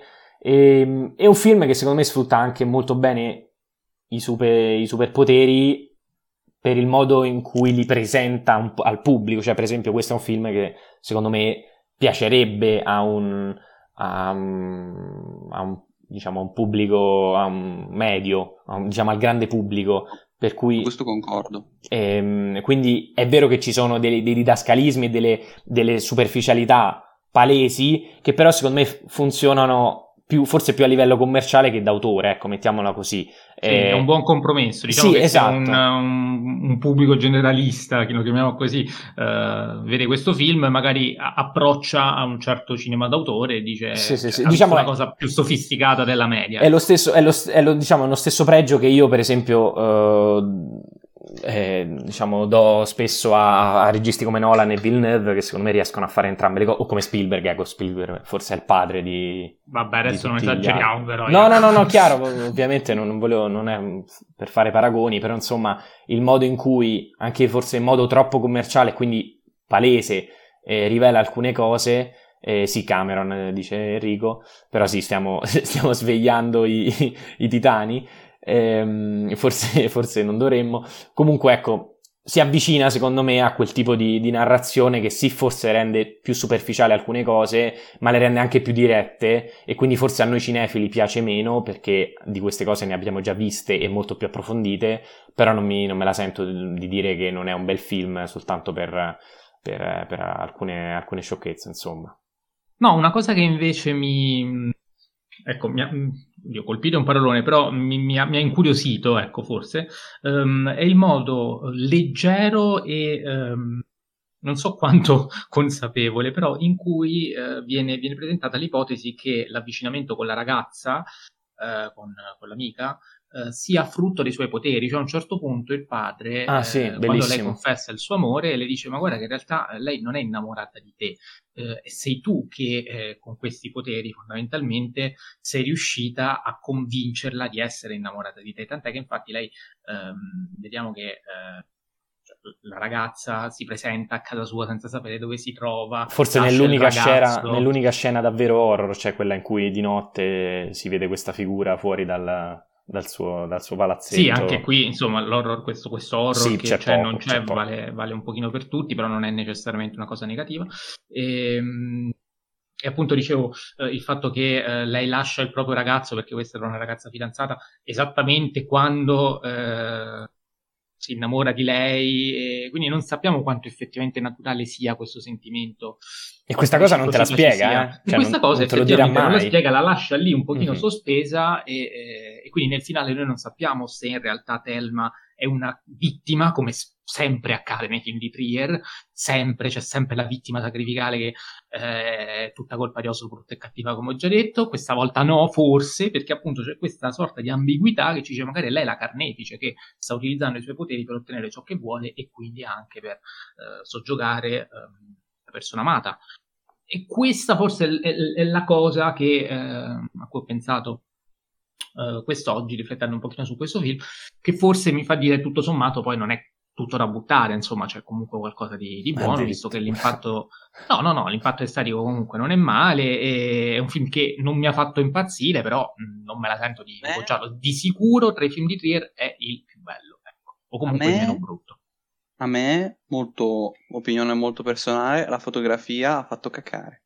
E, è un film che secondo me sfrutta anche molto bene i, super, i superpoteri, per il modo in cui li presenta un al pubblico. Cioè, per esempio, questo è un film che secondo me piacerebbe a un, a un, a un diciamo, a un pubblico, a un medio, a un, diciamo al grande pubblico, per cui... Con questo concordo. Ehm, quindi è vero che ci sono dei, dei didascalismi e delle, delle superficialità palesi, che però secondo me funzionano più, forse più a livello commerciale che d'autore, ecco, mettiamola così. Sì, eh, è un buon compromesso, diciamo, sì, che esatto. se un, un, un pubblico generalista, che lo chiamiamo così, uh, vede questo film, magari approccia a un certo cinema d'autore e dice sì, sì, cioè, sì. Diciamo una cosa più sofisticata della media. È lo stesso, è lo, è lo, diciamo, lo stesso pregio che io, per esempio, uh, eh, diciamo, do spesso a, a registi come Nolan e Villeneuve, che secondo me riescono a fare entrambe le cose, o come Spielberg, ecco, Spielberg forse è il padre di... Vabbè, adesso non esageriamo, però. No, no, no, no, chiaro, ovviamente non, non volevo, non è per fare paragoni, però insomma, il modo in cui, anche forse in modo troppo commerciale, quindi palese, eh, rivela alcune cose... Eh, sì, Cameron, eh, dice Enrico, però sì, stiamo, stiamo svegliando i, i, i titani, eh, forse, forse non dovremmo. Comunque, ecco, si avvicina secondo me a quel tipo di, di narrazione che sì, forse rende più superficiali alcune cose, ma le rende anche più dirette, e quindi forse a noi cinefili piace meno, perché di queste cose ne abbiamo già viste e molto più approfondite, però non, mi, non me la sento di dire che non è un bel film soltanto per, per, per alcune, alcune sciocchezze, insomma. No, una cosa che invece mi... Ecco, mi ha, io ho colpito un parolone, però mi, mi, ha, mi ha incuriosito, ecco, forse, um, è il modo leggero e um, non so quanto consapevole, però in cui uh, viene, viene presentata l'ipotesi che l'avvicinamento con la ragazza, uh, con, con l'amica, Uh, sia frutto dei suoi poteri. Cioè a un certo punto il padre, ah, sì, eh, quando lei confessa il suo amore, le dice: ma guarda che in realtà lei non è innamorata di te, eh, sei tu che eh, con questi poteri fondamentalmente sei riuscita a convincerla di essere innamorata di te, tant'è che infatti lei ehm, vediamo che eh, la ragazza si presenta a casa sua senza sapere dove si trova, forse nell'unica scena, nell'unica scena davvero horror, cioè quella in cui di notte si vede questa figura fuori dal Dal suo, dal suo palazzetto. Sì, anche qui insomma l'horror, questo, questo horror sì, che c'è cioè, poco, non c'è, c'è vale, vale un pochino per tutti, però non è necessariamente una cosa negativa. E, e appunto dicevo eh, il fatto che eh, lei lascia il proprio ragazzo, perché questa era una ragazza fidanzata, esattamente quando eh, si innamora di lei, e quindi non sappiamo quanto effettivamente naturale sia questo sentimento. E questa cosa non te la spiega, eh? Cioè, questa non, cosa non te lo dirà mai. Non la spiega, la lascia lì un pochino mm-hmm. sospesa e, e, e quindi nel finale noi non sappiamo se in realtà Thelma è una vittima, come sempre accade nei film di Trier, sempre c'è sempre la vittima sacrificale che eh, è tutta colpa di Oso brutta e cattiva, come ho già detto. Questa volta no, forse, perché appunto c'è questa sorta di ambiguità che ci dice magari lei è la carnefice che sta utilizzando i suoi poteri per ottenere ciò che vuole e quindi anche per eh, soggiogare eh, la persona amata. E questa forse è, è, è la cosa che, eh, a cui ho pensato Uh, quest'oggi, riflettendo un pochino su questo film, che forse mi fa dire tutto sommato poi non è tutto da buttare, insomma c'è comunque qualcosa di, di buono, visto che l'impatto no no no l'impatto estetico comunque non è male, e è un film che non mi ha fatto impazzire, però mh, non me la sento di bocciarlo. Di sicuro tra i film di Trier è il più bello, ecco, o comunque il meno brutto. A me, molto opinione molto personale, la fotografia ha fatto cacare,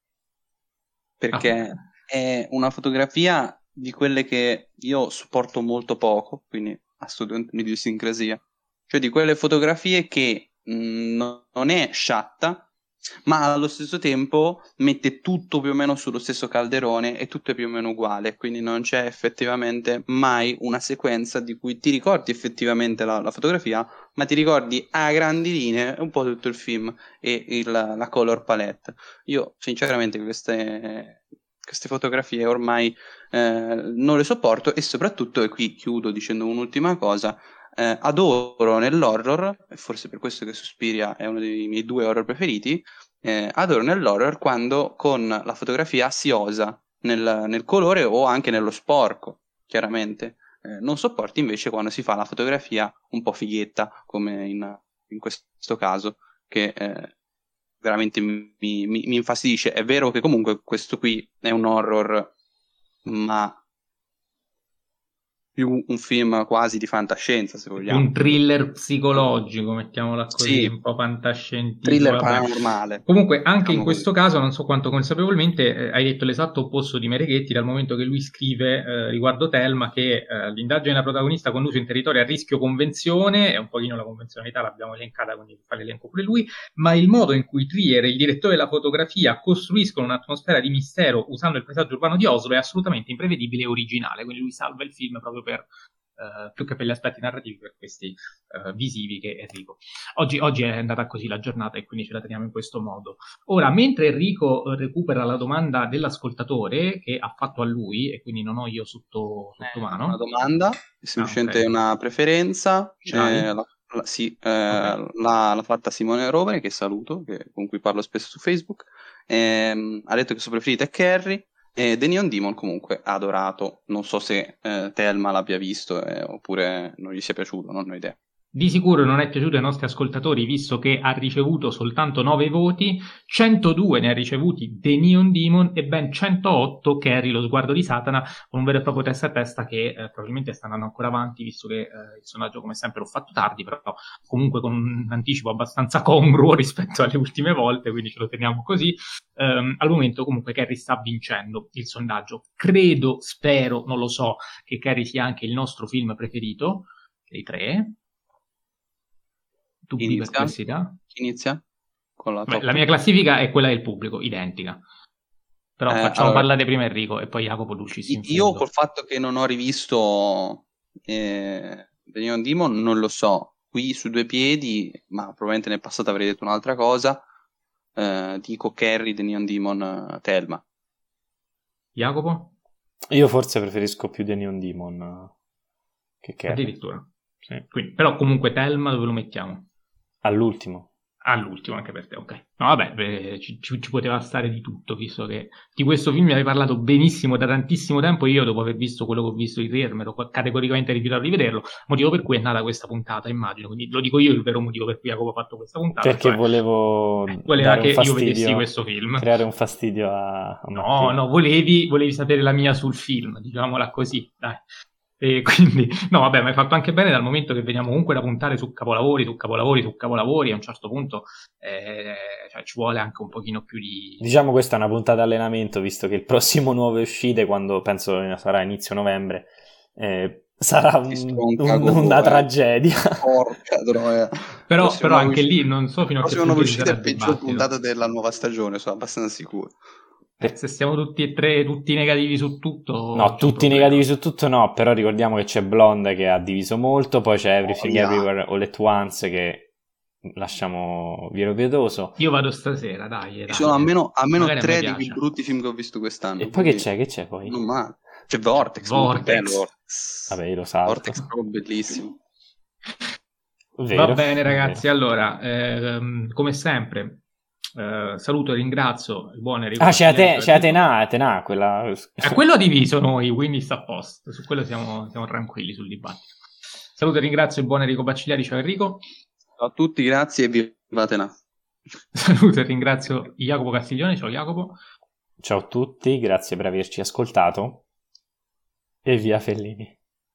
perché ah. è una fotografia di quelle che io supporto molto poco, quindi a studente di idiosincrasia, cioè di quelle fotografie che mh, non è sciatta, ma allo stesso tempo mette tutto più o meno sullo stesso calderone e tutto è più o meno uguale, quindi non c'è effettivamente mai una sequenza di cui ti ricordi effettivamente la, la fotografia, ma ti ricordi a grandi linee un po' tutto il film e il, la color palette. Io sinceramente queste... queste fotografie ormai eh, non le sopporto, e soprattutto, e qui chiudo dicendo un'ultima cosa, eh, adoro nell'horror, e forse per questo che Suspiria è uno dei miei due horror preferiti, eh, adoro nell'horror quando con la fotografia si osa nel, nel colore o anche nello sporco, chiaramente. Eh, non sopporto invece quando si fa la fotografia un po' fighetta, come in, in questo caso, che... Eh, veramente mi, mi, mi infastidisce. È vero che comunque questo qui è un horror, ma più un film quasi di fantascienza, se vogliamo. Un thriller psicologico, mettiamola così, sì, un po' fantascientifico. Thriller paranormale. Comunque, anche diciamo in questo così. Caso, non so quanto consapevolmente, eh, hai detto l'esatto opposto di Mereghetti, dal momento che lui scrive eh, riguardo Thelma che eh, l'indagine della protagonista conduce in territorio a rischio convenzione, è un pochino la convenzionalità, l'abbiamo elencata, quindi fa l'elenco pure lui, ma il modo in cui Trier e il direttore della fotografia costruiscono un'atmosfera di mistero usando il paesaggio urbano di Oslo è assolutamente imprevedibile e originale, quindi lui salva il film proprio per Uh, più che per gli aspetti narrativi, per questi uh, visivi che Enrico. Oggi, oggi è andata così la giornata e quindi ce la teniamo in questo modo. Ora, mentre Enrico recupera la domanda dell'ascoltatore che ha fatto a lui, e quindi non ho io sotto, sotto mano. Una domanda, semplicemente ah, okay. Una preferenza. Eh, la, La, sì, eh, okay. l'ha, l'ha fatta Simone Rovere, che saluto, che, con cui parlo spesso su Facebook. Ehm, ha detto che il suo preferito è Carrie. E The Neon Demon comunque ha adorato. Non so se eh, Thelma l'abbia visto eh, oppure non gli sia piaciuto, non ho idea. Di sicuro non è piaciuto ai nostri ascoltatori, visto che ha ricevuto soltanto nove voti, centodue ne ha ricevuti The Neon Demon e ben centootto Carrie, lo sguardo di Satana, con un vero e proprio testa a testa che eh, probabilmente sta andando ancora avanti, visto che eh, il sondaggio come sempre l'ho fatto tardi, però comunque con un anticipo abbastanza congruo rispetto alle ultime volte, quindi ce lo teniamo così. Um, al momento comunque Carrie sta vincendo il sondaggio. Credo, spero, non lo so, che Carrie sia anche il nostro film preferito dei tre. Dubbi Inizia? perplessità? Chi inizia? Con la, Beh, la mia classifica è quella del pubblico, identica. Però eh, facciamo allora, parlare prima Enrico e poi Jacopo Lucis in io fondo. Col fatto che non ho rivisto eh, The Neon Demon non lo so. Qui su due piedi, ma probabilmente nel passato avrei detto un'altra cosa, eh, dico Carrie, The Neon Demon, Thelma. Jacopo? Io forse preferisco più The Neon Demon che Carrie. Addirittura. Sì. Quindi, però comunque Thelma dove lo mettiamo? All'ultimo. All'ultimo anche per te, ok. No vabbè, beh, ci, ci, ci poteva stare di tutto, visto che di questo film mi avevi parlato benissimo da tantissimo tempo. Io dopo aver visto quello che ho visto di Rear mi ero categoricamente rifiutato di vederlo, motivo per cui è nata questa puntata, immagino. Quindi lo dico io il vero motivo per cui Jacopo ha fatto questa puntata. Perché cioè, volevo voleva dare che un fastidio, io vedessi questo film. Creare un fastidio a, a No, no, volevi, volevi sapere la mia sul film, diciamola così, dai. E quindi, no, vabbè, ma hai fatto anche bene dal momento che veniamo comunque da puntare su capolavori, su capolavori, su capolavori. A un certo punto eh, cioè, ci vuole anche un pochino più di. Diciamo, questa è una puntata allenamento, visto che il prossimo nuove uscite, quando penso sarà inizio novembre, eh, sarà un, un, una tragedia. Porca troia. Però, però anche uscita, lì non so fino a che punto ci sarà il peggior puntata della nuova stagione, sono abbastanza sicuro. Eh, se siamo tutti e tre tutti negativi su tutto, no, tutti negativi su tutto no, però ricordiamo che c'è Blonde che ha diviso molto, poi c'è Everything oh, yeah. Everywhere All at Once che lasciamo viro pietoso. Io vado stasera, dai, dai. Ci sono almeno, almeno tre dei più brutti film che ho visto quest'anno. E poi che c'è? Che c'è poi? Non male. C'è Vortex, Vortex. Bello, Vortex. Vabbè, io lo salto. Vortex è proprio bellissimo. Vero, va bene ragazzi, vero. Allora ehm, come sempre Uh, saluto e ringrazio il buon Enrico. Ah, c'è, te, c'è Atena, Atena, quella. A quello ha diviso noi, quindi sta a posto. Su quello siamo, siamo tranquilli sul dibattito. Saluto e ringrazio il buon Enrico Bacigliari. Ciao Enrico. Ciao a tutti, grazie e viva Atena. Saluto e ringrazio Jacopo Castiglione. Ciao Jacopo. Ciao a tutti, grazie per averci ascoltato. E via Fellini.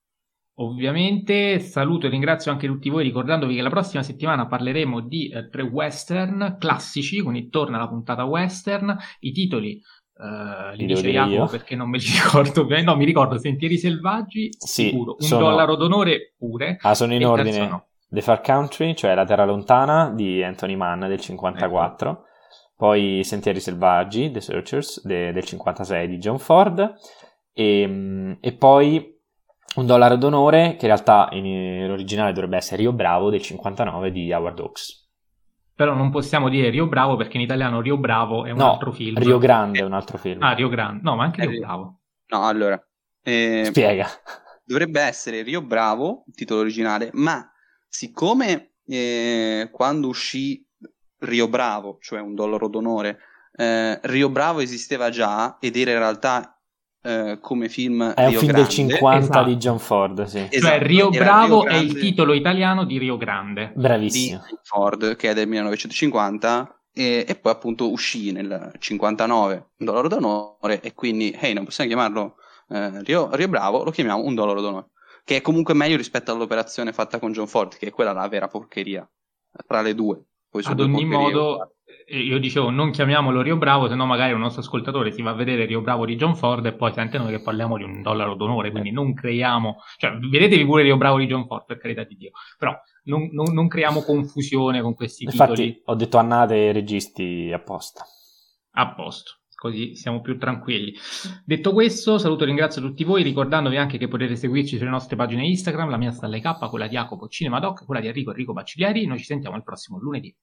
Ovviamente saluto e ringrazio anche tutti voi ricordandovi che la prossima settimana parleremo di eh, tre western classici, quindi torna la puntata western, i titoli eh, li, li dice Jacopo io. Perché non me li ricordo bene, no mi ricordo Sentieri Selvaggi, sì, sicuro, un sono... dollaro d'onore pure. Ah, sono in ordine no. The Far Country, cioè La Terra Lontana di Anthony Mann del cinquantaquattro, ecco. Poi Sentieri Selvaggi, The Searchers de, del cinquantasei di John Ford e, e poi Un dollaro d'onore, che in realtà in originale dovrebbe essere Rio Bravo, del cinquantanove di Howard Hawks. Però non possiamo dire Rio Bravo perché in italiano Rio Bravo è un no, altro film. Rio Grande è un altro film. Ah, Rio Grande. No, ma anche Rio Bravo. No, allora. Eh, Spiega. Dovrebbe essere Rio Bravo, il titolo originale, ma siccome eh, quando uscì Rio Bravo, cioè Un dollaro d'onore, eh, Rio Bravo esisteva già ed era in realtà Uh, come film è Rio un film Grande. del cinquanta esatto. Di John Ford, sì. Esatto. Cioè Rio Bravo Rio è il titolo italiano di Rio Grande, bravissimo, di Ford, che è del millenovecentocinquanta e, e poi appunto uscì nel cinquantanove Un dollaro d'onore e quindi hey, non possiamo chiamarlo uh, Rio, Rio Bravo, lo chiamiamo Un dollaro d'onore, che è comunque meglio rispetto all'operazione fatta con John Ford, che è quella la vera porcheria tra le due. Poi ad ogni modo io dicevo non chiamiamolo Rio Bravo, se no magari un nostro ascoltatore si va a vedere Rio Bravo di John Ford e poi sente noi che parliamo di Un dollaro d'onore, quindi non creiamo, cioè vedetevi pure Rio Bravo di John Ford, per carità di Dio, però non, non, non creiamo confusione con questi infatti, titoli. Infatti ho detto annate ai registi apposta. A posto, così siamo più tranquilli. Detto questo, saluto e ringrazio tutti voi, ricordandovi anche che potete seguirci sulle nostre pagine Instagram, la mia sta alle K, quella di Jacopo Cinema Doc, quella di Enrico Enrico Baciglieri. Noi ci sentiamo il prossimo lunedì.